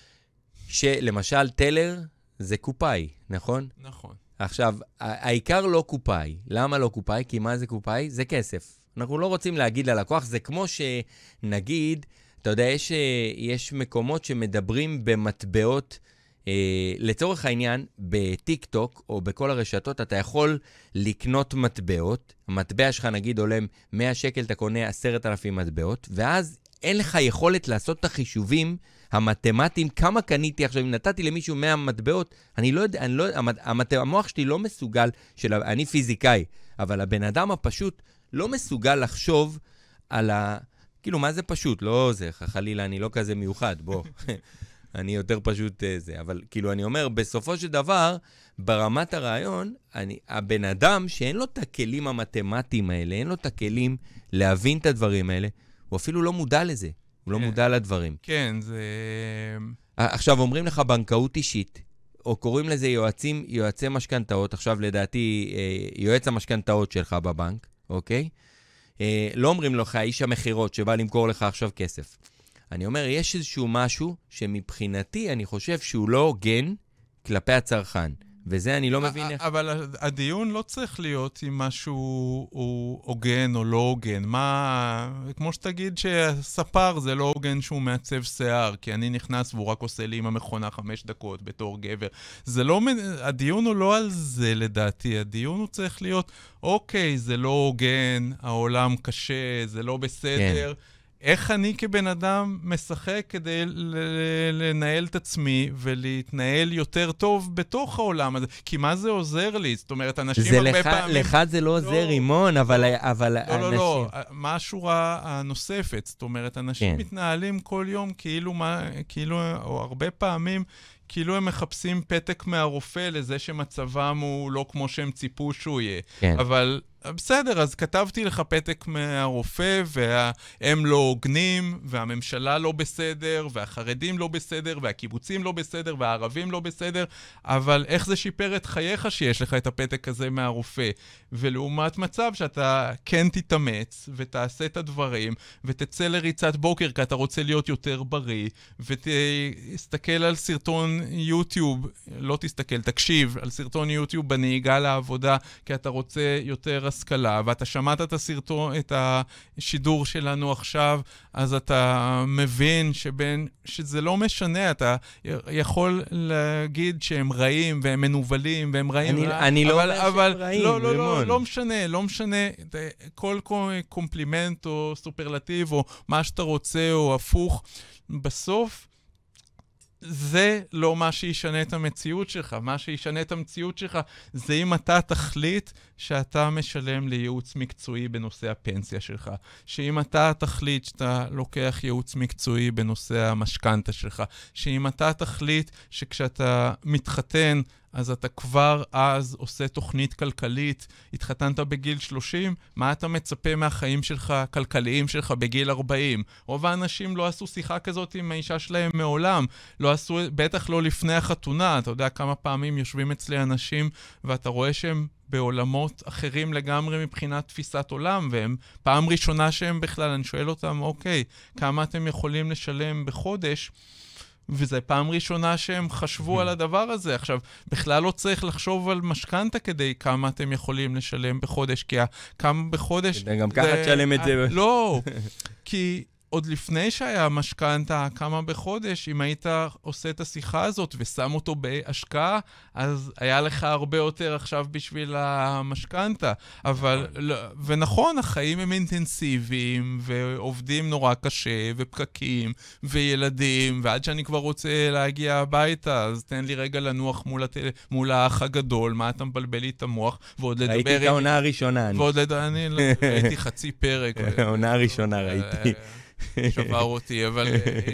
שלמשל, טלר זה קופאי, נכון? נכון. עכשיו, העיקר לא קופאי. למה לא קופאי? כי מה זה קופאי? זה כסף. אנחנו לא רוצים להגיד ללקוח, זה כמו שנגיד, אתה יודע, יש מקומות שמדברים במטבעות, לצורך העניין, בטיק טוק או בכל הרשתות, אתה יכול לקנות מטבעות, המטבע שלך נגיד עולה 100 שקל, אתה קונה 10,000 מטבעות, ואז אין לך יכולת לעשות את החישובים המתמטיים, כמה קניתי עכשיו, אם נתתי למישהו 100 מטבעות, אני לא יודע, המוח שלי לא מסוגל, אני פיזיקאי, אבל הבן אדם הפשוט לא מסוגל לחשוב על כאילו, מה זה פשוט? לא זה, חלילה, אני לא כזה מיוחד, בוא. אני יותר פשוט זה, אבל כאילו אני אומר, בסופו של דבר, ברמת הרעיון, הבן אדם שאין לו את הכלים המתמטיים האלה, אין לו את הכלים להבין את הדברים האלה, הוא אפילו לא מודע לזה, הוא לא מודע לדברים. כן, זה... עכשיו אומרים לך בנקאות אישית, או קוראים לזה יועצי משכנתאות, עכשיו לדעתי יועץ המשכנתאות שלך בבנק, אוקיי? לא אומרים לך איש המחירות שבא למכור לך עכשיו כסף. אני אומר, יש איזשהו משהו שמבחינתי אני חושב שהוא לא הוגן כלפי הצרכן, וזה אני לא מבין איך... אבל הדיון לא צריך להיות אם משהו הוא הוגן או לא הוגן. מה... כמו שתגיד שהספר זה לא הוגן שהוא מעצב שיער, כי אני נכנס והוא רק עושה לי עם המכונה 5 דקות בתור גבר. זה לא... הדיון הוא לא על זה לדעתי, הדיון הוא צריך להיות, אוקיי, זה לא הוגן, העולם קשה, זה לא בסדר. כן. איך אני כבן אדם משחק כדי לנהל את עצמי ולהתנהל יותר טוב בתוך העולם הזה? כי מה זה עוזר לי? זאת אומרת, אנשים הרבה פעמים... לך זה לא עוזר, רימון, אבל אנשים... לא. מה השורה הנוספת? זאת אומרת, אנשים מתנהלים כל יום כאילו, או הרבה פעמים, כאילו הם מחפשים פתק מהרופא לזה שמצבם הוא לא כמו שהם ציפו שהוא יהיה. אבל... בסדר, אז כתבתי לך פתק מהרופא, והם לא הוגנים, והממשלה לא בסדר, והחרדים לא בסדר, והקיבוצים לא בסדר, והערבים לא בסדר, אבל איך זה שיפר את חייך שיש לך את הפתק הזה מהרופא? ולעומת מצב שאתה כן תתאמץ, ותעשה את הדברים, ותצא לריצת בוקר, כי אתה רוצה להיות יותר בריא, ותסתכל על סרטון יוטיוב, לא תסתכל, תקשיב על סרטון יוטיוב בנהיגה לעבודה, כי אתה רוצה יותר השכלה, ואתה שמעת את הסרטון, את השידור שלנו עכשיו, אז אתה מבין שזה לא משנה, אתה יכול להגיד שהם רעים, והם מנובלים, והם רעים. אני לא אומר שהם רעים, לא משנה, כל קומפלימנט או סופרלטיב, או מה שאתה רוצה, או הפוך, בסוף, זה לא מה שישנה את המציאות שלך. מה שישנה את המציאות שלך זה אם אתה תחליט שאתה משלם לייעוץ מקצועי בנושא הפנסיה שלך. שאם אתה תחליט שאתה לוקח ייעוץ מקצועי בנושא המשכנתה שלך. שאם אתה תחליט שכשאתה מתחתן אז אתה כבר אז עושה תוכנית כלכלית, התחתנת בגיל 30, מה אתה מצפה מהחיים שלך, כלכליים שלך בגיל 40? רוב האנשים לא עשו שיחה כזאת עם האישה שלהם מעולם, לא עשו, בטח לא לפני החתונה, אתה יודע כמה פעמים יושבים אצלי אנשים, ואתה רואה שהם בעולמות אחרים לגמרי מבחינת תפיסת עולם, והם פעם ראשונה שהם בכלל, אני שואל אותם, אוקיי, כמה אתם יכולים לשלם בחודש? וזה פעם ראשונה שהם חשבו על הדבר הזה. עכשיו, בכלל לא צריך לחשוב על משכנתה כדי כמה אתם יכולים לשלם בחודש, כי כמה בחודש... גם ככה תשלם את זה. לא, כי... עוד לפני שהיה משכנתה, כמה בחודש, אם היית עושה את השיחה הזאת ושם אותו בהשקעה, אז היה לך הרבה יותר עכשיו בשביל המשכנתה. אבל, ונכון, החיים הם אינטנסיביים, ועובדים נורא קשה, ופקקים, וילדים, ועד שאני כבר רוצה להגיע הביתה, אז תן לי רגע לנוח מול האח הגדול, מה אתה מבלבל לי את המוח, ועוד לדבר... ראיתי את העונה הראשונה. אני ראיתי חצי פרק. העונה הראשונה ראיתי. שבר אותי, אבל...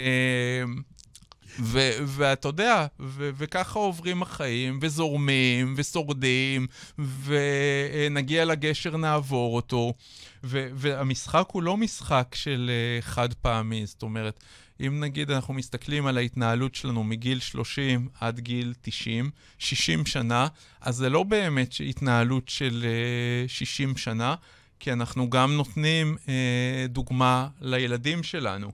ואתה יודע, וככה עוברים החיים, וזורמים, ושורדים, ונגיע לגשר, נעבור אותו. והמשחק הוא לא משחק של חד פעמי, זאת אומרת, אם נגיד אנחנו מסתכלים על ההתנהלות שלנו מגיל 30 עד גיל 90, 60 שנה, אז זה לא באמת התנהלות של 60 שנה, כי אנחנו גם נותנים דוגמה לילדים שלנו,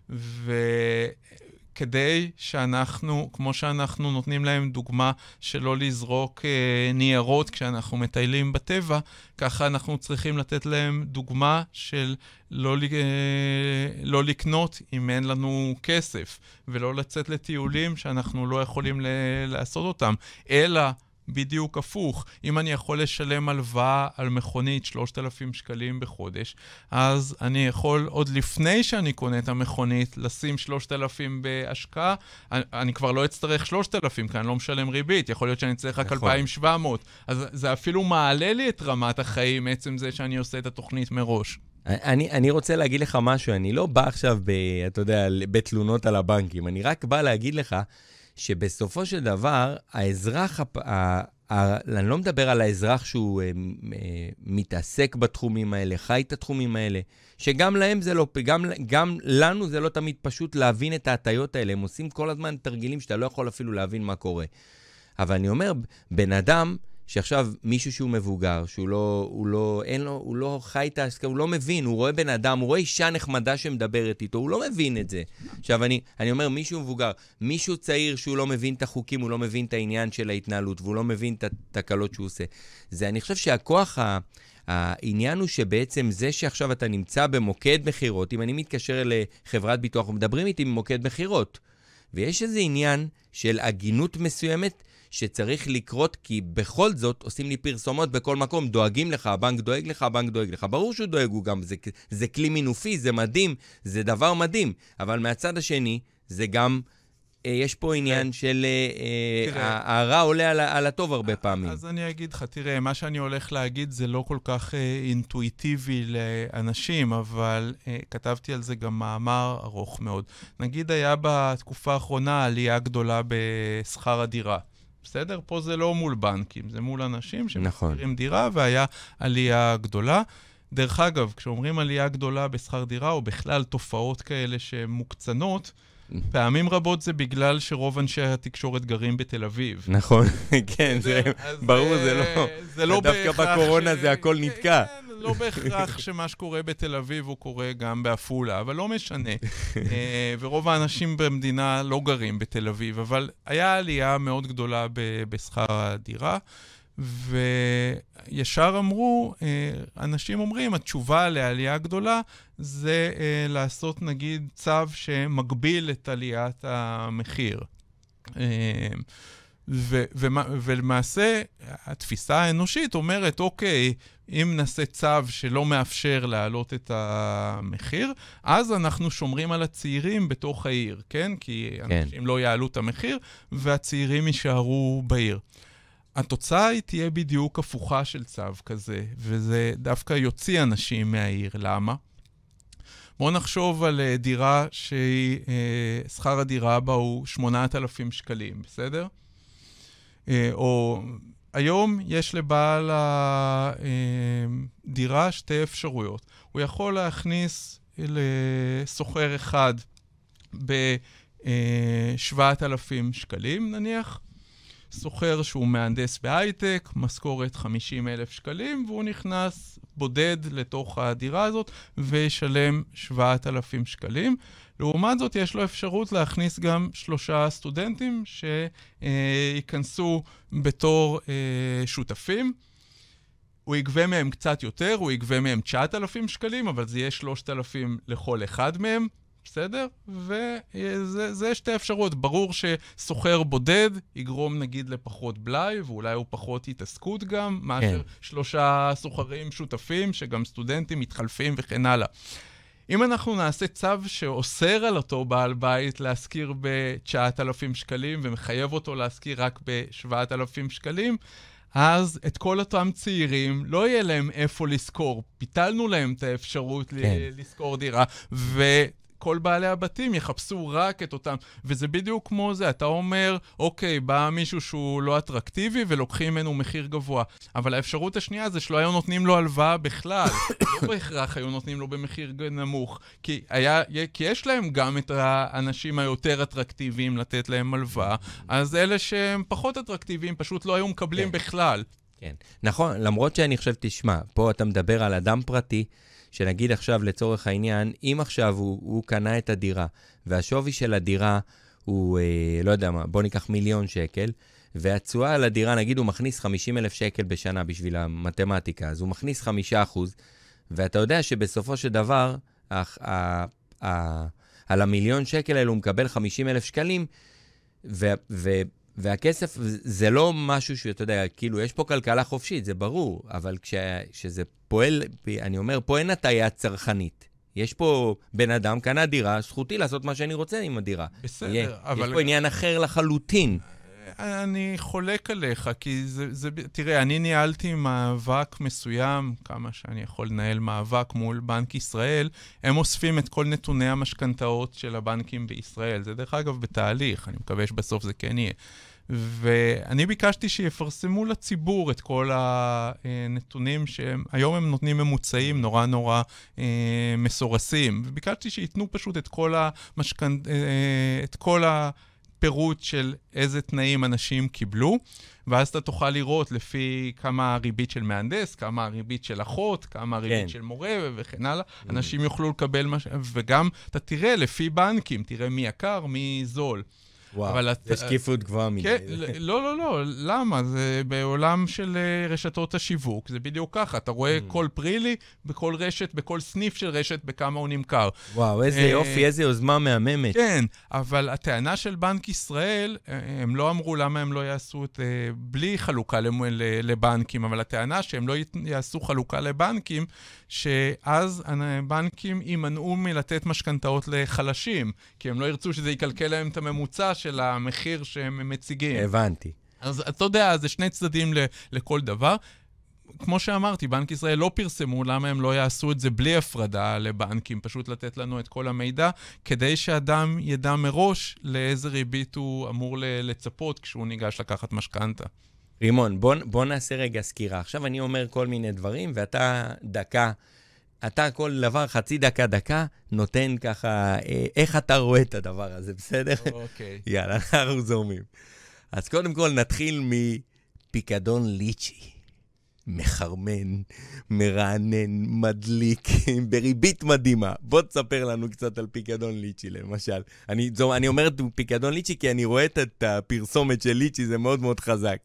וכדי שאנחנו, כמו שאנחנו נותנים להם דוגמה שלא לזרוק ניירות כשאנחנו מטיילים בטבע, ככה אנחנו צריכים לתת להם דוגמה של לא לקנות אם אין לנו כסף, ולא לצאת לטיולים שאנחנו לא יכולים לעשות אותם, אלא בדיוק הפוך. אם אני יכול לשלם הלוואה על מכונית 3,000 שקלים בחודש, אז אני יכול עוד לפני שאני קונה את המכונית לשים 3,000 בהשקעה, אני כבר לא אצטרך 3,000, כי אני לא משלם ריבית, יכול להיות שאני צריך רק 2,700. אז זה אפילו מעלה לי את רמת החיים, עצם זה שאני עושה את התוכנית מראש. אני רוצה להגיד לך משהו, אני לא בא עכשיו, אתה יודע, בתלונות על הבנקים, אני רק בא להגיד לך, שבסופו של דבר, האזרח, אני לא מדבר על האזרח שהוא מתעסק בתחומים האלה, חי את התחומים האלה, שגם להם זה לא, גם לנו זה לא תמיד פשוט להבין את ההטיות האלה, הם עושים כל הזמן תרגילים שאתה לא יכול אפילו להבין מה קורה. אבל אני אומר, בן אדם, שעכשיו מישהו שהוא מבוגר, שהוא לא חי את ההשקעה, הוא לא מבין, הוא רואה בן אדם, הוא רואה אישה נחמדה שמדברת איתו, הוא לא מבין את זה. עכשיו אני אומר, מישהו מבוגר, מישהו צעיר שהוא לא מבין את החוקים, הוא לא מבין את העניין של ההתנהלות, והוא לא מבין את התקלות שהוא עושה. זה, אני חושב שהכוח, העניין הוא שבעצם זה שעכשיו אתה נמצא במוקד מחירות, אם אני מתקשר לחברת ביטוח, ומדברים איתי במוקד מחירות, ויש איזה עניין של הגינות מסוימת, שצריך לקרות, כי בכל זאת עושים לי פרסומות בכל מקום, דואגים לך, הבנק דואג לך, הבנק דואג לך. ברור שהוא דואג, הוא גם, זה כלי מינופי, זה מדהים, זה דבר מדהים, אבל מהצד השני, זה גם, יש פה עניין של, הרע עולה על הטוב הרבה פעמים. אז אני אגיד לך, תראה, מה שאני הולך להגיד זה לא כל כך אינטואיטיבי לאנשים, אבל כתבתי על זה גם מאמר ארוך מאוד. נגיד היה בתקופה האחרונה עלייה גדולה בשכר הדירה. בסדר? פה זה לא מול בנקים, זה מול אנשים שמחזירים דירה, והיה עלייה גדולה. דרך אגב, כשאומרים עלייה גדולה בשכר דירה, או בכלל תופעות כאלה שמוקצנות, פעמים רבות זה בגלל שרוב אנשי התקשורת גרים בתל אביב. נכון, כן, ברור, זה לא דווקא בקורונה זה הכל נתקע. לא בהכרח שמה שקורה בתל אביב הוא קורה גם בעפולה, אבל לא משנה. ורוב האנשים במדינה לא גרים בתל אביב, אבל היה עלייה מאוד גדולה בשכר הדירה, וישר אמרו, אנשים אומרים, התשובה לעלייה גדולה זה לעשות נגיד צו שמגביל את עליית המחיר. ולמעשה, התפיסה האנושית אומרת, אוקיי, אם נעשה צו שלא מאפשר להעלות את המחיר, אז אנחנו שומרים על הצעירים בתוך העיר, כן? כי אנשים לא יעלו את המחיר, והצעירים יישארו בעיר. התוצאה היא תהיה בדיוק הפוכה של צו כזה, וזה דווקא יוציא אנשים מהעיר. למה? בואו נחשוב על דירה ששכר הדירה בה הוא 8,000 שקלים, בסדר? או היום יש לבעל הדירה שתי אפשרויות. הוא יכול להכניס לסוחר אחד ב-7,000 שקלים נניח, סוחר שהוא מהנדס בהייטק, משכורת 50,000 שקלים, והוא נכנס בודד לתוך הדירה הזאת וישלם 7,000 שקלים. לעומת זאת, יש לו אפשרות להכניס גם 3 סטודנטים שייכנסו בתור שותפים. הוא יגבה מהם קצת יותר, הוא יגבה מהם 9,000 שקלים, אבל זה יהיה 3,000 לכל אחד מהם. בסדר? וזה שתי אפשרויות. ברור שסוחר בודד יגרום נגיד לפחות בלאי, ואולי הוא פחות התעסקות גם, מאשר 3 סוחרים שותפים, שגם סטודנטים מתחלפים וכן הלאה. אם אנחנו נעשה צו שאוסר על אותו בעל בית להשכיר ב-9,000 שקלים, ומחייב אותו להשכיר רק ב-7,000 שקלים, אז את כל אותם צעירים לא יהיה להם איפה לשכור. פיתלנו להם את האפשרות לשכור דירה, כל בעלי הבתים יחפשו רק את אותם, וזה בדיוק כמו זה, אתה אומר, אוקיי, בא מישהו שהוא לא אטרקטיבי ולוקחים ממנו מחיר גבוה, אבל האפשרות השנייה זה שלא היו נותנים לו הלוואה בכלל, לא בהכרח היו נותנים לו במחיר נמוך, כי יש להם גם את האנשים היותר אטרקטיביים לתת להם הלוואה, אז אלה שהם פחות אטרקטיביים פשוט לא היו מקבלים בכלל. כן, נכון, למרות שאני חושב, תשמע, פה אתה מדבר על אדם פרטי, שנגיד עכשיו לצורך העניין, אם עכשיו הוא קנה את הדירה, והשווי של הדירה הוא, לא יודע מה, בוא ניקח 1,000,000 שקל, והתשואה על הדירה, נגיד הוא מכניס 50,000 שקל בשנה בשביל המתמטיקה, אז הוא מכניס 5%, ואתה יודע שבסופו של דבר, על 1,000,000 שקל האלו הוא מקבל 50,000 שקלים, והכסף זה לא משהו שאתה יודע, כאילו יש פה כלכלה חופשית, זה ברור, אבל כשזה פועל, אני אומר, פה אין הטעיה צרכנית. יש פה בן אדם, קנה דירה, זכותי לעשות מה שאני רוצה עם הדירה. בסדר, אבל... יש פה עניין אחר לחלוטין. אני חולק עליך, כי תראה, אני ניהלתי מאבק מסוים, כמה שאני יכול לנהל מאבק מול בנק ישראל, הם אוספים את כל נתוני המשכנתאות של הבנקים בישראל. זה דרך אגב בתהליך, אני מקווה שבסוף זה כן יהיה. ואני ביקשתי שיפרסמו לציבור את כל הנתונים שהיום הם נותנים ממוצעים נורא נורא מסורסים, וביקשתי שיתנו פשוט את כל הפירוט של איזה תנאים אנשים קיבלו, ואז אתה תוכל לראות לפי כמה הריבית של מהנדס, כמה הריבית של אחות, כמה הריבית של מורה וכן הלאה. אנשים יוכלו לקבל, וגם אתה תראה לפי בנקים, תראה מי יקר, מי זול. וואו, זה שקיפות גבוהה מדי. לא, למה? זה בעולם של רשתות השיווק, זה בדיוק ככה, אתה רואה כל פרילי, בכל רשת, בכל סניף של רשת, בכמה הוא נמכר. וואו, איזה יופי, איזה יוזמה מהממת. כן, אבל הטענה של בנק ישראל, הם לא אמרו למה הם לא יעשו את, בלי חלוקה לבנקים, אבל הטענה שהם לא יעשו חלוקה לבנקים, שאז הבנקים יימנעו מלתת משכנתאות לחלשים, כי הם לא ירצו שזה יקלקל להם את הממוצע של המחיר שהם מציגים. הבנתי. אז אתה יודע, זה שני צדדים לכל דבר. כמו שאמרתי, בנק ישראל לא פרסמו למה הם לא יעשו את זה בלי הפרדה לבנקים, פשוט לתת לנו את כל המידע, כדי שאדם ידע מראש לאיזה ריבית הוא אמור לצפות כשהוא ניגש לקחת משכנתה. רימון, בוא נעשה רגע סקירה. עכשיו אני אומר כל מיני דברים, ואתה דקה, אתה כל דבר, חצי דקה, נותן ככה, איך אתה רואה את הדבר הזה, בסדר? אוקיי. יאללה, אנחנו זורמים. אז קודם כל נתחיל מפיקדון ליצ'י. מחרמן, מרענן, מדליק, בריבית מדהימה. בוא תספר לנו קצת על פיקדון ליצ'י, למשל. אני אומר פיקדון ליצ'י כי אני רואה את הפרסומת של ליצ'י, זה מאוד מאוד חזק.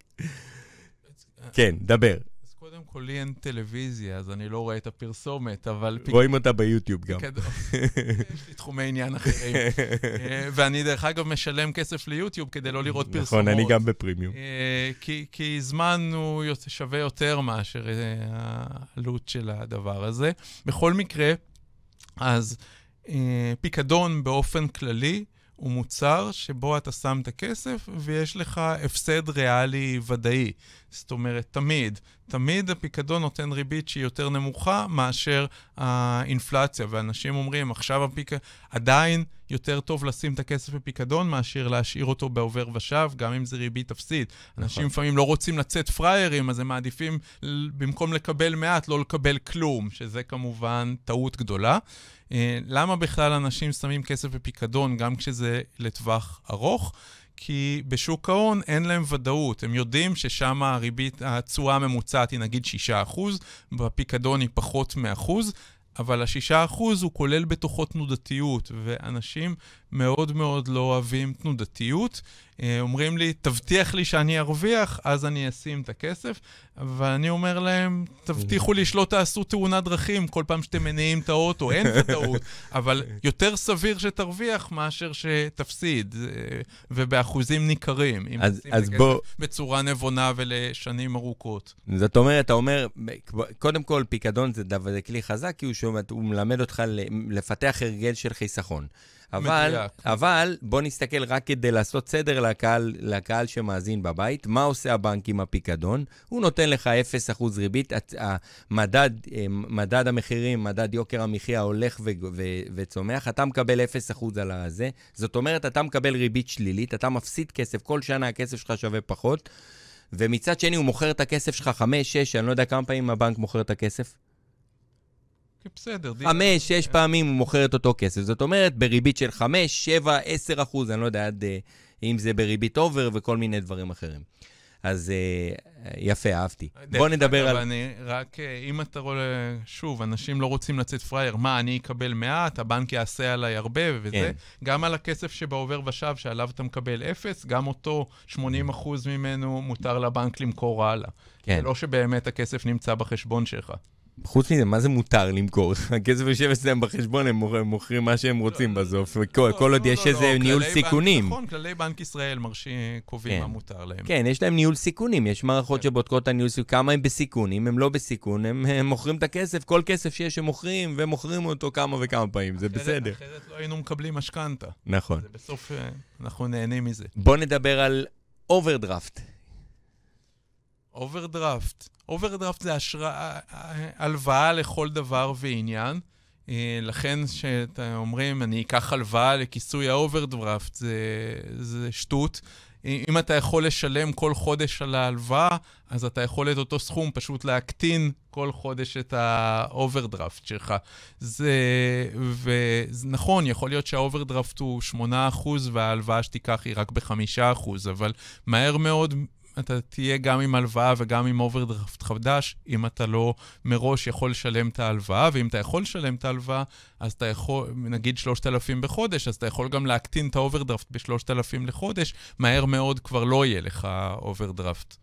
כן, דבר. אז קודם כל לי אין טלוויזיה, אז אני לא רואה את הפרסומת, אבל... רואים אותה ביוטיוב גם. יש לי תחומי עניין אחרים. ואני דרך אגב משלם כסף ליוטיוב כדי לא לראות פרסומות. נכון, אני גם בפרימיום. כי זמן הוא שווה יותר מאשר העלות של הדבר הזה. בכל מקרה, אז פיקדון באופן כללי, הוא מוצר שבו אתה שם את הכסף ויש לך הפסד ריאלי ודאי. זאת אומרת, תמיד הפיקדון נותן ריבית שהיא יותר נמוכה מאשר האינפלציה. ואנשים אומרים, עכשיו עדיין יותר טוב לשים את הכסף בפיקדון מאשר להשאיר אותו בעובר ושב, גם אם זה ריבית אפסית. אנשים לפעמים לא רוצים לצאת פריירים, אז הם מעדיפים במקום לקבל מעט, לא לקבל כלום, שזה כמובן טעות גדולה. למה בכלל אנשים שמים כסף בפיקדון, גם כשזה לטווח ארוך? כי בשוק ההון אין להם ודאות. הם יודעים ששם הריבית, התשואה הממוצעת היא נגיד 6%, בפיקדון היא פחות מ1%, אבל ה6% הוא כולל בתוכו תנודתיות, ואנשים מאוד מאוד לא אוהבים תנודתיות. אומרים לי, תבטיח לי שאני ארוויח, אז אני אשים את הכסף, ואני אומר להם, תבטיחו לי שלא תעשו תאונת דרכים, כל פעם שאתם מניעים את האוטו, אין ודאות, אבל יותר סביר שתרוויח מאשר שתפסיד, ובאחוזים ניכרים, אם תשים את הכסף בצורה נבונה ולשנים ארוכות. זאת אומרת, אתה אומר, קודם כל, פיקדון זה כלי חזק, כי הוא מלמד אותך לפתח הרגל של חיסכון. אבל בוא נסתכל רק כדי לעשות סדר לקהל שמאזין בבית. מה עושה הבנק עם הפיקדון? הוא נותן לך 0% ריבית, מדד המחירים, מדד יוקר המחיה הולך וצומח, אתה מקבל 0% על הזה, זאת אומרת, אתה מקבל ריבית שלילית, אתה מפסיד כסף, כל שנה הכסף שלך שווה פחות, ומצד שני הוא מוכר את הכסף שלך 5, 6, אני לא יודע כמה פעמים הבנק מוכר את הכסף. בסדר. 5, 6 פעמים הוא מוכר את אותו כסף. זאת אומרת, בריבית של 5, 7, 10%, אני לא יודע אם זה בריבית אובר וכל מיני דברים אחרים. אז יפה, אהבתי. בוא נדבר על... אני רק, אם אתה רואה, שוב, אנשים לא רוצים לצאת פרייר, מה, אני אקבל מעט, הבנק יעשה עליי הרבה וזה. גם על הכסף שבעובר ושב, שעליו אתה מקבל 0, גם אותו 80% ממנו מותר לבנק למכור הלאה. זה לא שבאמת הכסף נמצא בחשבון שלך. חוץ מזה, מה זה מותר למכור? הכסף יושב אצלם בחשבון, הם מוכרים מה שהם רוצים בסוף. כל עוד יש איזה ניהול סיכונים. נכון, כללי בנק ישראל קובעים מה מותר להם. כן, יש להם ניהול סיכונים. יש מערכות שבודקות את הניהול סיכונים. כמה הם בסיכון? אם הם לא בסיכון, הם מוכרים את הכסף. כל כסף שיש הם מוכרים, ומוכרים אותו כמה וכמה פעמים. זה בסדר. אחרת לא היינו מקבלים משכנתה. נכון. בסוף אנחנו נהנים מזה. בוא נדבר על אוברדרפט. אוברדרפט זה הלוואה לכל דבר ועניין. לכן שאתם אומרים, אני אקח הלוואה לכיסוי האוברדרפט, זה שטות. אם אתה יכול לשלם כל חודש על ההלוואה, אז אתה יכול את אותו סכום פשוט להקטין כל חודש את האוברדרפט שלך. ונכון, יכול להיות שהאוברדרפט הוא 8% וההלוואה שתיקח היא רק ב5%, אבל מהר מאוד... אתה תהיה גם עם הלוואה וגם עם אוברדרפט חדש, אם אתה לא מראש יכול לשלם את ההלוואה, ואם אתה יכול לשלם את ההלוואה, אז אתה יכול, נגיד 3,000 בחודש, אז אתה יכול גם להקטין את האוברדרפט ב3,000 לחודש, מהר מאוד כבר לא יהיה לך אוברדרפט.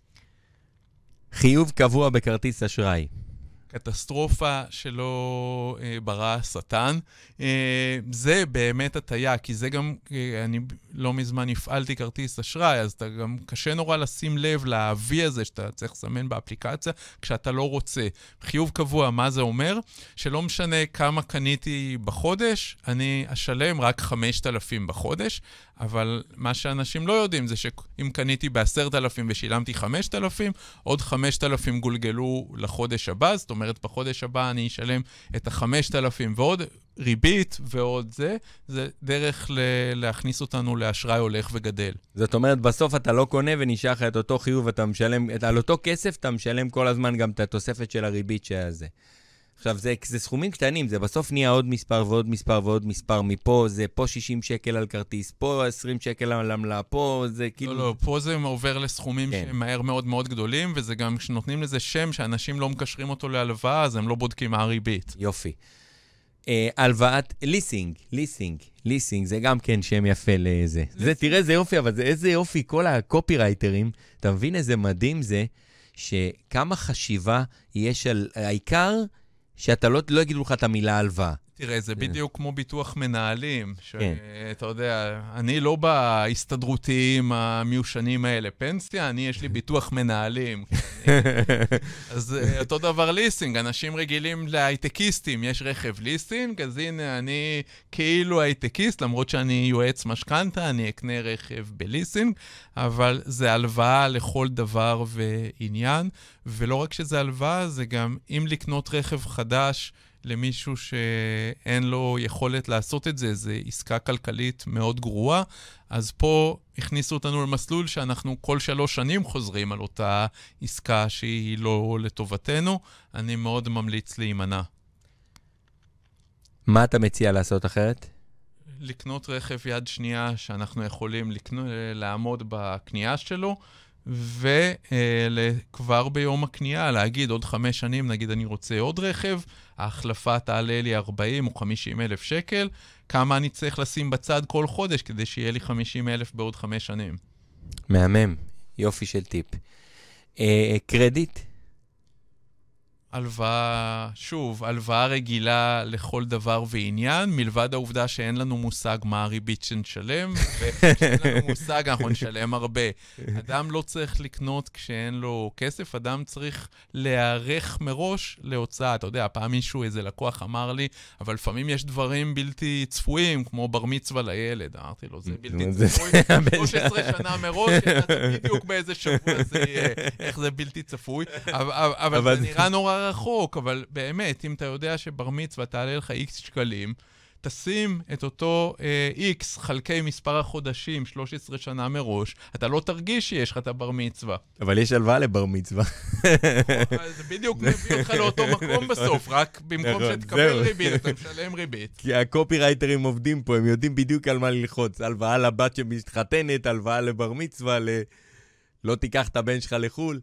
חיוב קבוע בכרטיס אשראי. קטסטרופה שלא ברא השטן. זה באמת הטעיה, כי זה גם, אני לא מזמן הפעלתי כרטיס אשראי, אז אתה גם קשה נורא לשים לב להביא הזה שאתה צריך לסמן באפליקציה, כשאתה לא רוצה. חיוב קבוע, מה זה אומר? שלא משנה כמה קניתי בחודש, אני אשלם רק 5,000 בחודש, אבל מה שאנשים לא יודעים זה שאם קניתי ב10,000 ושילמתי 5,000, עוד 5,000 גולגלו לחודש הבא, זאת אומרת, בחודש הבא אני אשלם את 5,000 ועוד ריבית ועוד זה דרך להכניס אותנו לאשראי הולך וגדל. זאת אומרת, בסוף אתה לא קונה ונשאר לך את אותו חיוב, אתה משלם, על אותו כסף אתה משלם כל הזמן גם את התוספת של הריבית שזה. עכשיו, זה סכומים קטנים, זה בסוף נהיה עוד מספר ועוד מספר ועוד מספר מפה, זה פה 60 שקל על כרטיס, פה 20 שקל על עמלה, פה זה כאילו... לא, פה זה עובר לסכומים שמהר מאוד מאוד גדולים, וזה גם כשנותנים לזה שם שאנשים לא מקשרים אותו להלוואה, אז הם לא בודקים מה הריבית. יופי. הלוואת ליסינג, זה גם כן שם יפה לזה. תראה איזה יופי, אבל איזה יופי, כל הקופירייטרים, אתה מבין איזה מדהים זה, שכמה חשיבה יש על העיקר, שאתה לא יגידו לך את המילה הלוואה. תראה, זה בדיוק כמו ביטוח מנהלים, שאתה יודע, אני לא בהסתדרותיים המיושנים האלה פנסיה, יש לי ביטוח מנהלים. אז אותו דבר ליסינג, אנשים רגילים להייטקיסטים, יש רכב ליסינג, אז הנה אני כאילו הייטקיסט, למרות שאני יועץ משכנתה, אני אקנה רכב בליסינג, אבל זה הלוואה לכל דבר ועניין, ולא רק שזה הלוואה, זה גם אם לקנות רכב חדש, למישהו שאין לו יכולת לעשות את זה, זו עסקה כלכלית מאוד גרועה, אז פה הכניסו אותנו למסלול שאנחנו כל 3 שנים חוזרים על אותה עסקה שהיא לא לטובתנו. אני מאוד ממליץ להימנע. מה אתה מציע לעשות אחרת? לקנות רכב יד שנייה שאנחנו יכולים לעמוד בקנייה שלו, וכבר ביום הקנייה להגיד עוד 5 שנים, נגיד אני רוצה עוד רכב, ההחלפה תעלה לי 40 או 50 אלף שקל, כמה אני צריך לשים בצד כל חודש כדי שיהיה לי 50 אלף בעוד 5 שנים. מהמם, יופי של טיפ. קרדיט? הלוואה, שוב, הלוואה רגילה לכל דבר ועניין, מלבד העובדה שאין לנו מושג מה הריבית שנשלם, וכשאין לנו מושג אנחנו נשלם הרבה. אדם לא צריך לקנות כשאין לו כסף, אדם צריך להיערך מראש להוצאה. אתה יודע, פעם מישהו, איזה לקוח אמר לי, אבל לפעמים יש דברים בלתי צפויים, כמו בר מצווה לילד. אמרתי לו, זה בלתי צפוי. 13 שנה מראש, ידעתי בדיוק באיזה שבוע זה יהיה, איך זה בלתי צפוי. אבל זה נראה נורא רחוק, אבל באמת, אם אתה יודע שבר מצווה תעלה לך X שקלים, תשים את אותו X חלקי מספר החודשים, 13 שנה מראש, אתה לא תרגיש שיש לך את הבר מצווה. אבל יש הלוואה לבר מצווה. זה בדיוק מביא אותך לאותו מקום בסוף, רק במקום שתקבל ריבית, אתה משלם ריבית. כי הקופירייטרים עובדים פה, הם יודעים בדיוק על מה ללחוץ. הלוואה לבת שמתחתנת, הלוואה לבר מצווה, לא תיקח את הבן שלך לחול.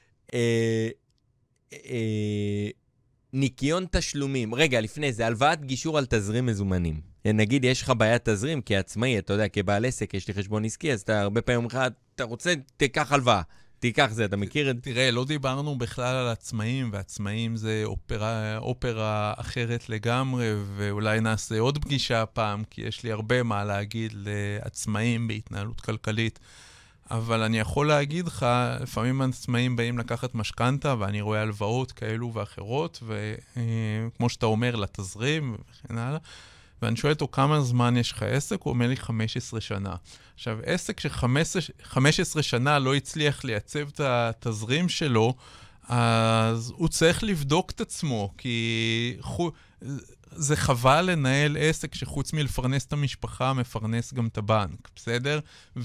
ניקיון תשלומים. רגע, לפני זה, הלוואת גישור על תזרים מזומנים. נגיד, יש לך בעיית תזרים כעצמאי, אתה יודע, כבעל עסק, יש לי חשבון עסקי, אז אתה הרבה פעמים אומר, אתה רוצה, תיקח הלוואה. תיקח זה, אתה מכיר את... תראה, לא דיברנו בכלל על עצמאים, ועצמאים זה אופרה אחרת לגמרי, ואולי נעשה עוד פגישה הפעם, כי יש לי הרבה מה להגיד לעצמאים בהתנהלות כלכלית. אבל אני יכול להגיד לך, לפעמים עצמאים באים לקחת משכנתה, ואני רואה הלוואות כאלו ואחרות, וכמו שאתה אומר, לתזרים וכן הלאה, ואני שואל אותו כמה זמן יש לך עסק, הוא אומר לי 15 שנה. עכשיו, עסק ש15 שנה לא הצליח לייצב את התזרים שלו, אז הוא צריך לבדוק את עצמו, כי זה חבל לנהל עסק שחוץ מלפרנס את המשפחה, מפרנס גם את הבנק, בסדר?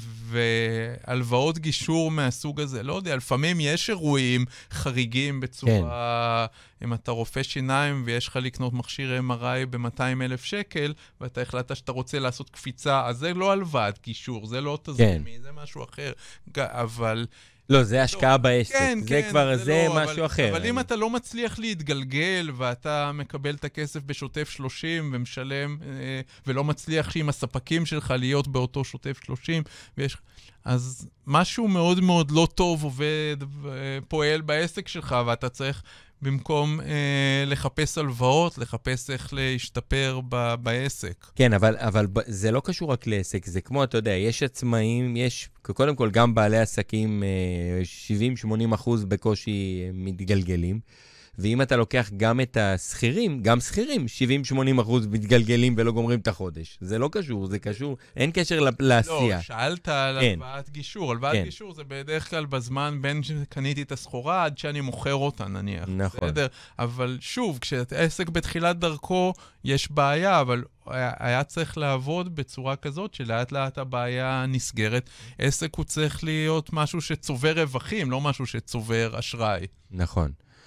והלוואות גישור מהסוג הזה, לא יודע, לפעמים יש אירועים חריגים בצורה, אם אתה רופא שיניים ויש לך לקנות מכשיר MRI ב-200,000 שקל, ואתה החלטת שאתה רוצה לעשות קפיצה, אז זה לא הלוואת גישור, זה לא תזרימי, זה משהו אחר, אבל... לא, זה השקעה בעסק. זה כבר, זה משהו אחר. אבל אם אתה לא מצליח להתגלגל, ואתה מקבל את הכסף בשוטף 30 ומשלם, ולא מצליח עם הספקים שלך להיות באותו שוטף 30, אז משהו מאוד מאוד לא טוב עובד, פועל בעסק שלך, ואתה צריך במקום לחפש הלוואות, לחפש איך להשתפר בעסק. כן, אבל זה לא קשור רק לעסק, זה כמו, אתה יודע, יש עצמאים, יש, קודם כל גם בעלי עסקים 70-80% בקושי מתגלגלים, ואם אתה לוקח גם את השכירים, גם שכירים, 70-80% מתגלגלים ולא גומרים את החודש. זה לא קשור, זה קשור, אין קשר לעשייה. לא, שאלת על הלוואת גישור. הלוואת גישור זה בדרך כלל בזמן בין שקניתי את הסחורה עד שאני מוכר אותה, נניח. נכון. בסדר? אבל שוב, כשעסק בתחילת דרכו יש בעיה, אבל היה צריך לעבוד בצורה כזאת שלאט לאט הבעיה נסגרת. עסק הוא צריך להיות משהו שצובר רווחים, לא משהו שצובר אשראי. נכון.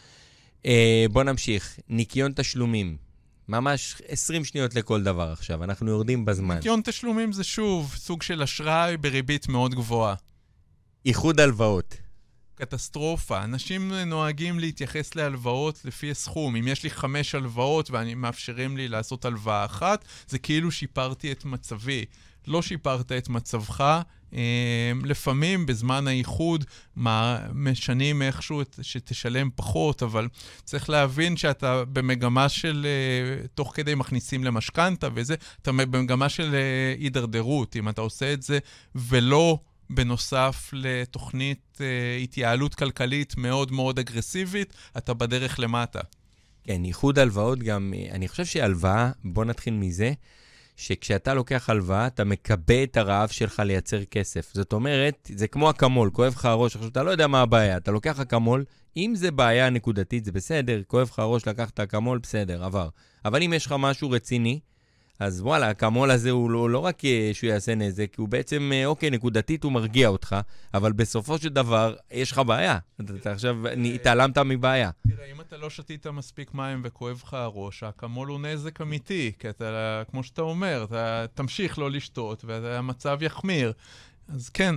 בוא נמשיך. ניקיון תשלומים. ממש 20 שניות לכל דבר עכשיו. אנחנו יורדים בזמן. ניקיון תשלומים זה שוב סוג של אשראי בריבית מאוד גבוהה. איחוד הלוואות. קטסטרופה. אנשים נוהגים להתייחס להלוואות לפי הסכום. אם יש לי 5 הלוואות ואני מאפשרים לי לעשות הלוואה אחת, זה כאילו שיפרתי את מצבי. לא שיפרת את מצבך. לפעמים בזמן האיחוד משנים איכשהו שתשלם פחות, אבל צריך להבין שאתה במגמה של תוך כדי מכניסים למשכנתה וזה, אתה במגמה של הידרדרות. אם אתה עושה את זה ולא בנוסף לתוכנית התייעלות כלכלית מאוד מאוד אגרסיבית, אתה בדרך למטה. כן, איחוד הלוואות גם, אני חושב שהלוואה, בוא נתחיל מזה, שכשאתה לוקח הלוואה, אתה מקבע את הרעב שלך לייצר כסף. זאת אומרת, זה כמו אקמול, כואב לך הראש, עכשיו אתה לא יודע מה הבעיה, אתה לוקח אקמול, אם זה בעיה נקודתית, זה בסדר, כואב לך הראש, לקחת אקמול, בסדר, עבר. אבל אם יש לך משהו רציני, אז וואלה, האקמול הזה הוא לא רק שהוא יעשה נזק, הוא בעצם, אוקיי, נקודתית הוא מרגיע אותך, אבל בסופו של דבר, יש לך בעיה. אתה עכשיו התעלמת מבעיה. תראה, אם אתה לא שתית מספיק מים וכואב לך הראש, האקמול הוא נזק אמיתי, כי אתה, כמו שאתה אומר, אתה תמשיך לא לשתות, והמצב יחמיר. אז כן.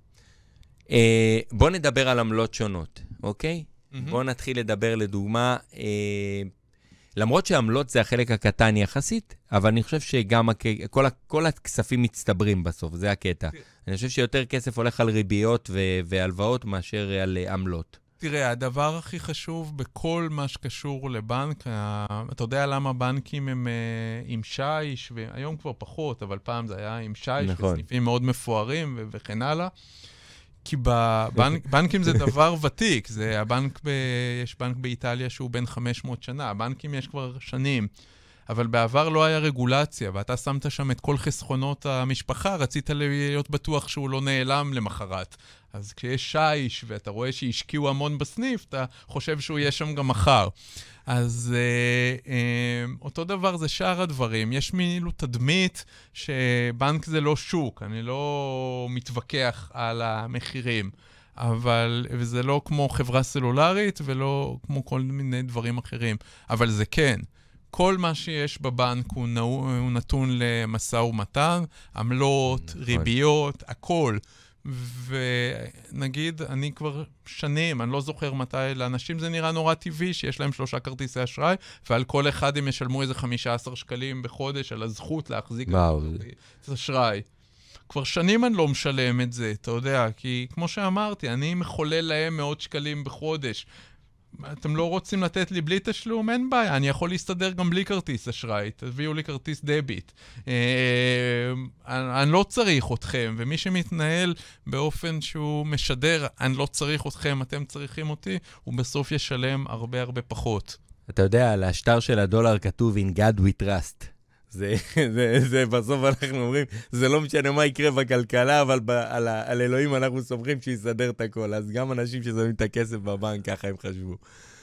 בוא נדבר על עמלות שונות, אוקיי? בוא נתחיל לדבר לדוגמה, למרות שעמלות זה החלק הקטן יחסית, אבל אני חושב שגם כל הכספים מצטברים בסוף, זה הקטע. אני חושב שיותר כסף הולך על ריביות והלוואות מאשר על עמלות. תראה, הדבר הכי חשוב בכל מה שקשור לבנק, אתה יודע למה בנקים הם עם שיש, והיום כבר פחות, אבל פעם זה היה עם שיש, נכון. וסניפים מאוד מפוארים וכן הלאה. כי בנקים זה דבר ותיק, יש בנק באיטליה שהוא בין 500 שנה, הבנקים יש כבר שנים, אבל בעבר לא היה רגולציה, ואתה שמת שם את כל חסכונות המשפחה, רצית להיות בטוח שהוא לא נעלם למחרת. אז כשיש שיש ואתה רואה שהשקיעו המון בסניף, אתה חושב שהוא יהיה שם גם מחר. אז אותו דבר זה שאר הדברים. יש מילו תדמית שבנק זה לא שוק, אני לא מתווכח על המחירים, אבל וזה לא כמו חברה סלולרית ולא כמו כל מיני דברים אחרים. אבל זה כן. כל מה שיש בבנק הוא נתון למשא ומתן, עמלות, ריביות, הכל. ונגיד, אני כבר שנים, אני לא זוכר מתי, לאנשים זה נראה נורא טבעי שיש להם 3 כרטיסי אשראי, ועל כל אחד הם ישלמו איזה 15 שקלים בחודש על הזכות להחזיק את אשראי. כבר שנים אני לא משלם את זה, אתה יודע, כי כמו שאמרתי, אני מחולל להם 100 שקלים בחודש. אתם לא רוצים לתת לי בלי תשלום? אין בעיה, אני יכול להסתדר גם בלי כרטיס אשראי, תביאו לי כרטיס דביט. אני לא צריך אתכם, ומי שמתנהל באופן שהוא משדר, אני לא צריך אתכם, אתם צריכים אותי, הוא בסוף ישלם הרבה הרבה פחות. אתה יודע, על השטר של הדולר כתוב In God we trust. זה בסוף אנחנו אומרים, זה לא משנה מה יקרה בכלכלה, אבל על אלוהים אנחנו סומכים שיסדר את הכל. אז גם אנשים ששמים את הכסף בבנק, ככה הם חשבו.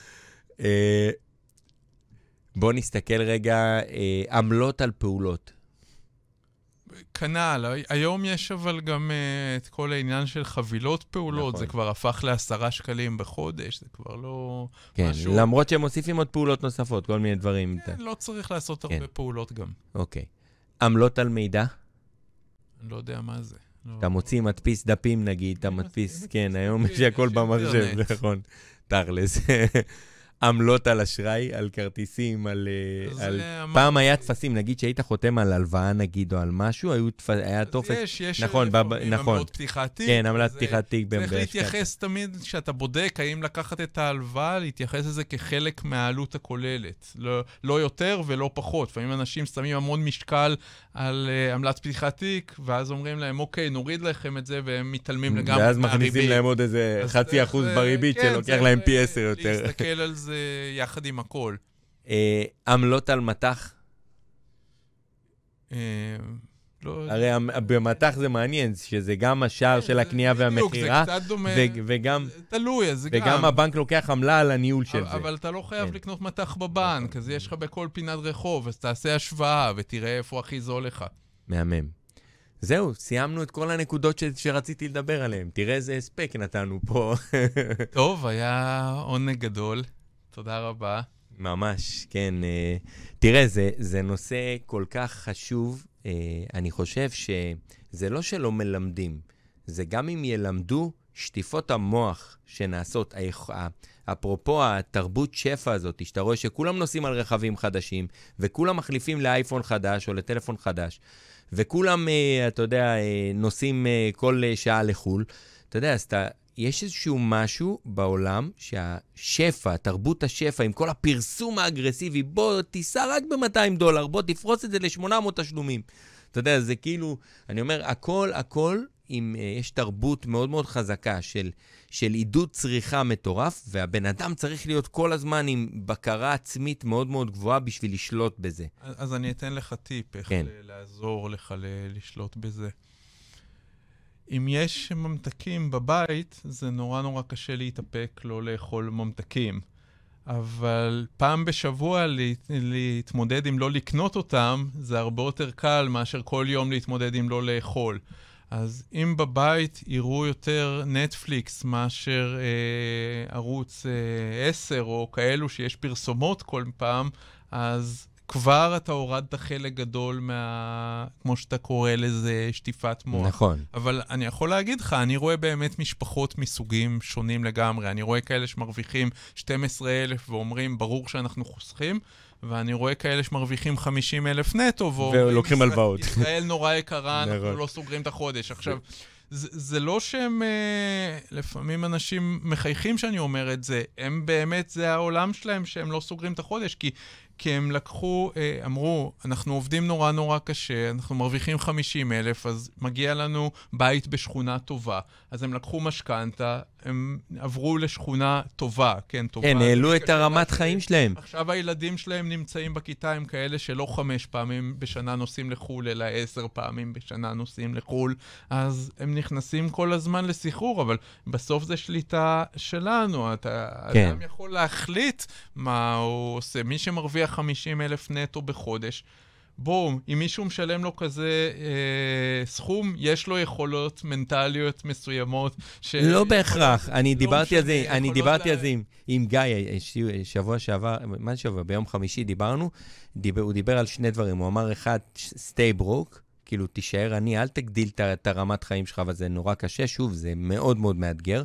בוא נסתכל רגע, עמלות על פעולות. כנ"ל, היום יש אבל גם את כל העניין של חבילות פעולות, נכון. זה כבר הפך ל10 שקלים בחודש, זה כבר לא כן, משהו... למרות שהם מוסיפים עוד פעולות נוספות, כל מיני דברים. כן, לא צריך לעשות הרבה פעולות גם. אוקיי. עמלות על מידע? אני לא יודע מה זה. אתה מוציא מדפיס דפים נגיד, אתה מדפיס, כן, היום יש הכל במחשב, נכון. תכלס. עמלות על אשראי, על כרטיסים, על פעם היה תפסים, נגיד שהיית חותם על הלוואה נגיד או על משהו, היה טופס, נכון, עמלות פתיחת תיק. כן, עמלת פתיחת תיק. צריך להתייחס תמיד, כשאתה בודק האם לקחת את ההלוואה, להתייחס לזה כחלק מהעלות הכוללת, לא יותר ולא פחות. לפעמים אנשים שמים המון משקל על עמלת פתיחת תיק, ואז אומרים להם, אוקיי, נוריד לכם את זה, והם מתעלמים לגמרי ואז מכניסים להם עוד איזה 0.5% בריבית, שלוקח להם פי 10 יותר. להסתכל על זה יחד עם הכל. עמלות על מתח? הרי במתח זה מעניין, שזה גם השער של הקנייה והמחירה, וגם הבנק לוקח עמלה על הניהול של זה. אבל אתה לא חייב לקנות מתח בבנק, אז יש לך בכל פינת רחוב, אז תעשה השוואה ותראה איפה הכי זול לך. מהמם. זהו, סיימנו את כל הנקודות שרציתי לדבר עליהן. תראה איזה הספק נתנו פה. טוב, היה עונג גדול. תודה רבה. ממש, כן. תראה, זה נושא כל כך חשוב. אני חושב שזה לא שלא מלמדים, זה גם אם ילמדו שטיפות המוח שנעשות. אפרופו התרבות שפע הזאת, שאתה רואה שכולם נוסעים על רכבים חדשים, וכולם מחליפים לאייפון חדש או לטלפון חדש, וכולם, אתה יודע, נוסעים כל שעה לחול. אתה יודע, אז יש איזשהו משהו בעולם שהשפע, תרבות השפע, עם כל הפרסום האגרסיבי, בוא תיסע רק $200, בוא תפרוס את זה ל-800 תשלומים. אתה יודע, זה כאילו, אני אומר, הכל יש תרבות מאוד מאוד חזקה של עידוד צריכה מטורף, והבן אדם צריך להיות כל הזמן עם בקרה עצמית מאוד מאוד גבוהה בשביל לשלוט בזה. אז אני אתן לך טיפ, איך לעזור לך לשלוט בזה. אם יש ממתקים בבית, זה נורא נורא קשה להתאפק, לא לאכול ממתקים. אבל פעם בשבוע להתמודד עם לא לקנות אותם, זה הרבה יותר קל מאשר כל יום להתמודד עם לא לאכול. אז אם בבית יראו יותר נטפליקס מאשר ערוץ 10 או כאלו שיש פרסומות כל פעם, אז כבר אתה הורדת חלק גדול כמו שאתה קורא לזה, שטיפת מוח. נכון. אבל אני יכול להגיד לך, אני רואה באמת משפחות מסוגים שונים לגמרי. אני רואה כאלה שמרוויחים 12,000 ואומרים, ברור שאנחנו חוסכים, ואני רואה כאלה שמרוויחים 50,000 נטו, ולוקחים הלוואות. ישראל נורא יקרה, אנחנו לא סוגרים את החודש. עכשיו, זה לא שהם, לפעמים אנשים מחייכים שאני אומר את זה, הם באמת, זה העולם שלהם שהם לא סוגרים את החודש, כי הם לקחו, אמרו, אנחנו עובדים נורא נורא קשה, אנחנו מרוויחים 50,000, אז מגיע לנו בית בשכונה טובה. אז הם לקחו משכנתה, הם עברו לשכונה טובה, כן, טובה. כן, העלו את הרמת חיים שלהם. עכשיו הילדים שלהם נמצאים בכיתה, הם כאלה שלא 5 פעמים בשנה נוסעים לחול, אלא 10 פעמים בשנה נוסעים לחול, אז הם נכנסים כל הזמן לסחרור, אבל בסוף זה שליטה שלנו. אדם יכול להחליט מה הוא עושה. מי שמרוויח 50,000 נטו בחודש, בואו, אם מישהו משלם לו כזה סכום, יש לו יכולות מנטליות מסוימות. לא בהכרח. אני דיברתי על זה עם גיא, שבוע שעבר, מה שבוע? ביום חמישי דיברנו, הוא דיבר על 2 דברים. הוא אמר אחד, stay broke, כאילו תישאר עני, אל תגדיל את הרמת חיים שלך, אבל זה נורא קשה. שוב, זה מאוד מאוד מאתגר.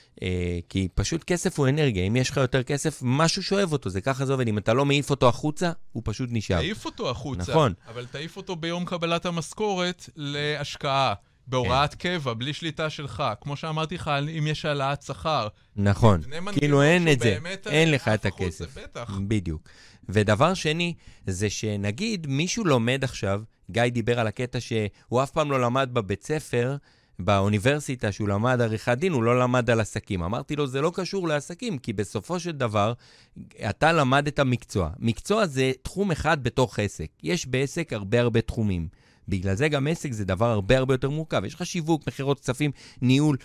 כי פשוט כסף הוא אנרגיה. אם יש לך יותר כסף, משהו שואב אותו. זה ככה זה עובד. אם אתה לא מעיף אותו החוצה, הוא פשוט נשאר. תעיף אותו החוצה. נכון. אבל תעיף אותו ביום קבלת המשכורת להשקעה. בהוראת קבע, בלי שליטה שלך. כמו שאמרתי לך, אם יש העלאת שכר. נכון. כאילו אין את זה. אין לך את הכסף. בדיוק. ודבר שני, זה שנגיד מישהו לומד עכשיו, גיא דיבר על הקטע שהוא אף פעם לא למד בבית ספר, באוניברסיטה שהוא למד עריכת דין, הוא לא למד על עסקים. אמרתי לו, זה לא קשור לעסקים, כי בסופו של דבר, אתה למד את המקצוע. מקצוע זה תחום אחד בתוך עסק. יש בעסק הרבה תחומים. בגלל זה גם עסק זה דבר הרבה יותר מורכב. יש לך שיווק, מחירות כספים, ניהול,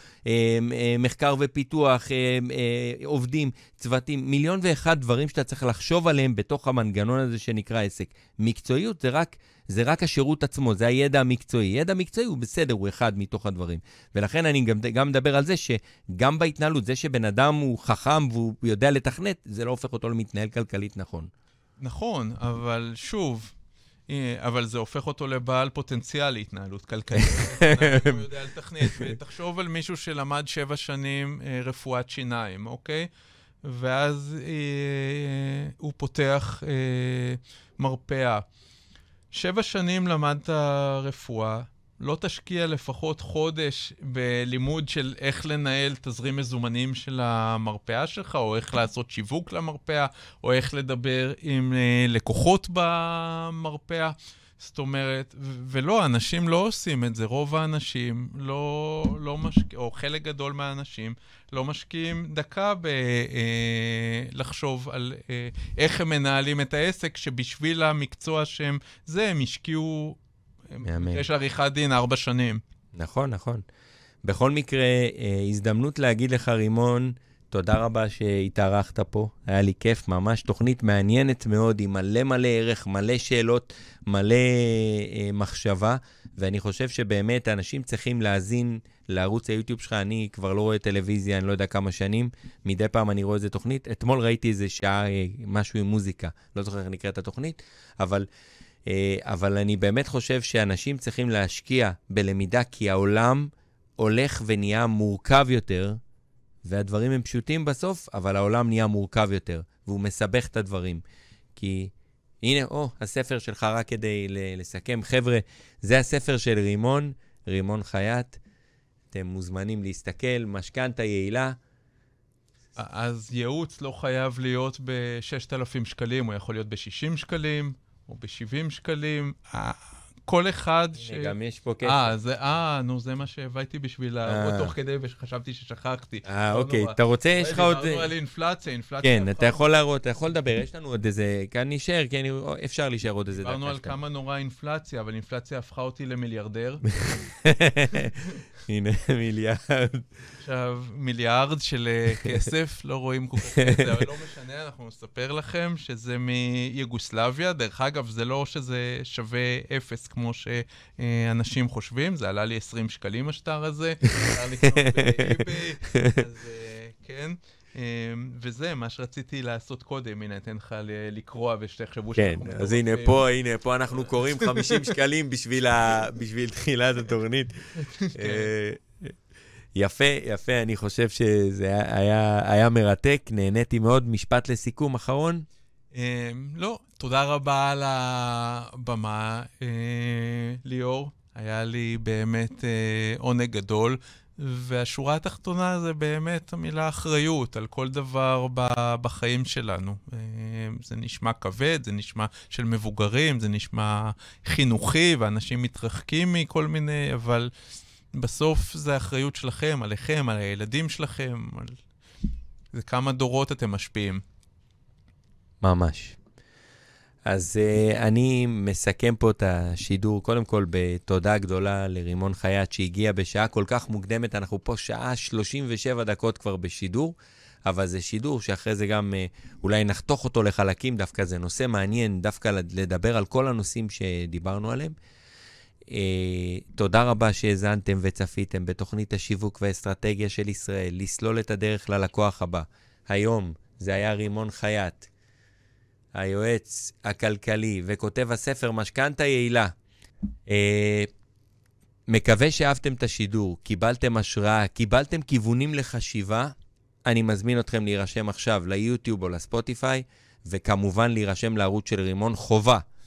מחקר ופיתוח, עובדים, צוותים, 1,001,000 דברים שאתה צריך לחשוב עליהם בתוך המנגנון הזה שנקרא עסק. מקצועיות זה רק השירות עצמו, זה הידע המקצועי. ידע מקצועי הוא בסדר, הוא אחד מתוך הדברים. ולכן אני גם מדבר על זה שגם בהתנהלות, זה שבן אדם הוא חכם והוא יודע לתכנת, זה לא הופך אותו למתנהל כלכלית נכון. נכון, אבל שוב, אבל זה הופך אותו לבעל פוטנציאל להתנהלות כלכלית. הוא יודע לתכנת, ותחשוב על מישהו שלמד 7 שנים רפואת שיניים, אוקיי? ואז הוא פותח מרפאה. 7 שנים למדת רפואה, לא תשקיע לפחות חודש בלימוד של איך לנהל תזרים מזומנים של המרפאה שלך, או איך לעשות שיווק למרפאה, או איך לדבר עם לקוחות במרפאה. זאת אומרת, ולא, אנשים לא עושים את זה. רוב האנשים לא משקיעים, או חלק גדול מהאנשים לא משקיעים דקה לחשוב על איך הם מנהלים את העסק, שבשביל המקצוע שהם הם השקיעו, יש עריכת דין 4 שנים. נכון. בכל מקרה, הזדמנות להגיד לך, רימון, תודה רבה שהתארחת פה. היה לי כיף, ממש תוכנית מעניינת מאוד, עם מלא ערך, מלא שאלות, מלא מחשבה, ואני חושב שבאמת האנשים צריכים להאזין לערוץ היוטיוב שלך. אני כבר לא רואה טלוויזיה, אני לא יודע כמה שנים, מדי פעם אני רואה איזה תוכנית. אתמול ראיתי איזה שעה, משהו עם מוזיקה, לא זוכר איך נקראת התוכנית, אבל אני באמת חושב שאנשים צריכים להשקיע בלמידה, כי העולם הולך ונהיה מורכב יותר, והדברים הם פשוטים בסוף, אבל העולם נהיה מורכב יותר, והוא מסבך את הדברים. כי הנה, הספר שלך רק כדי לסכם. חבר'ה, זה הספר של רימון חייט. אתם מוזמנים להסתכל, משכנתה יעילה. אז ייעוץ לא חייב להיות ב6,000 שקלים, הוא יכול להיות ב60 שקלים, או ב70 שקלים. כל אחד גם יש פה כסף. זה מה שהבאתי בשביל להראות תוך כדי, וחשבתי ששכחתי. אוקיי, אתה רוצה, יש לך עוד... דיברנו על אינפלציה. כן, אתה יכול להראות, אתה יכול לדבר, יש לנו עוד איזה... כאן נשאר, כן, אפשר להישאר עוד איזה דקה. דיברנו על כמה נורא אינפלציה, אבל אינפלציה הפכה אותי למיליארדר. הנה, מיליארד. עכשיו, מיליארד של כסף, לא רואים כל כך כזה, אבל לא משנה, אנחנו נספר לכם שזה מיוגוסלביה. דרך אגב, זה לא שזה שווה 0 כמו שאנשים חושבים, זה עלה לי 20 שקלים השטר הזה, אפשר לקנות באיביי, אז כן. וזה מה שרציתי לעשות קודם, הנה, אתן לך לקרוא ושתחשבו כן, אז הנה פה אנחנו קוראים 50 שקלים בשביל תחילת התורנית. יפה, אני חושב שזה היה מרתק, נהניתי מאוד. משפט לסיכום אחרון? לא, תודה רבה על הבמה, ליאור. היה לי באמת עונג גדול, והשורה התחתונה זה באמת המילה אחריות על כל דבר בחיים שלנו. זה נשמע כבד, זה נשמע של מבוגרים, זה נשמע חינוכי, ואנשים מתרחקים מכל מיני, אבל בסוף זה האחריות שלכם, עליכם, על הילדים שלכם, זה כמה דורות אתם משפיעים. ממש. אז אני מסכם פה את השידור, קודם כל בתודה גדולה לרימון חייט שהגיע בשעה כל כך מוקדמת, אנחנו פה שעה 37 דקות כבר בשידור, אבל זה שידור שאחרי זה גם אולי נחתוך אותו לחלקים, דווקא זה נושא מעניין, דווקא לדבר על כל הנושאים שדיברנו עליהם. תודה רבה שהזנתם וצפיתם בתוכנית השיווק והאסטרטגיה של ישראל, לסלול את הדרך ללקוח הבא. היום זה היה רימון חייט, היועץ הכלכלי וכותב הספר משכנתה יעילה. מקווה שאהבתם את השידור, קיבלתם השראה, קיבלתם כיוונים לחשיבה. אני מזמין אתכם להירשם עכשיו ליוטיוב או לספוטיפיי, וכמובן להירשם לערוץ של רימון חובה.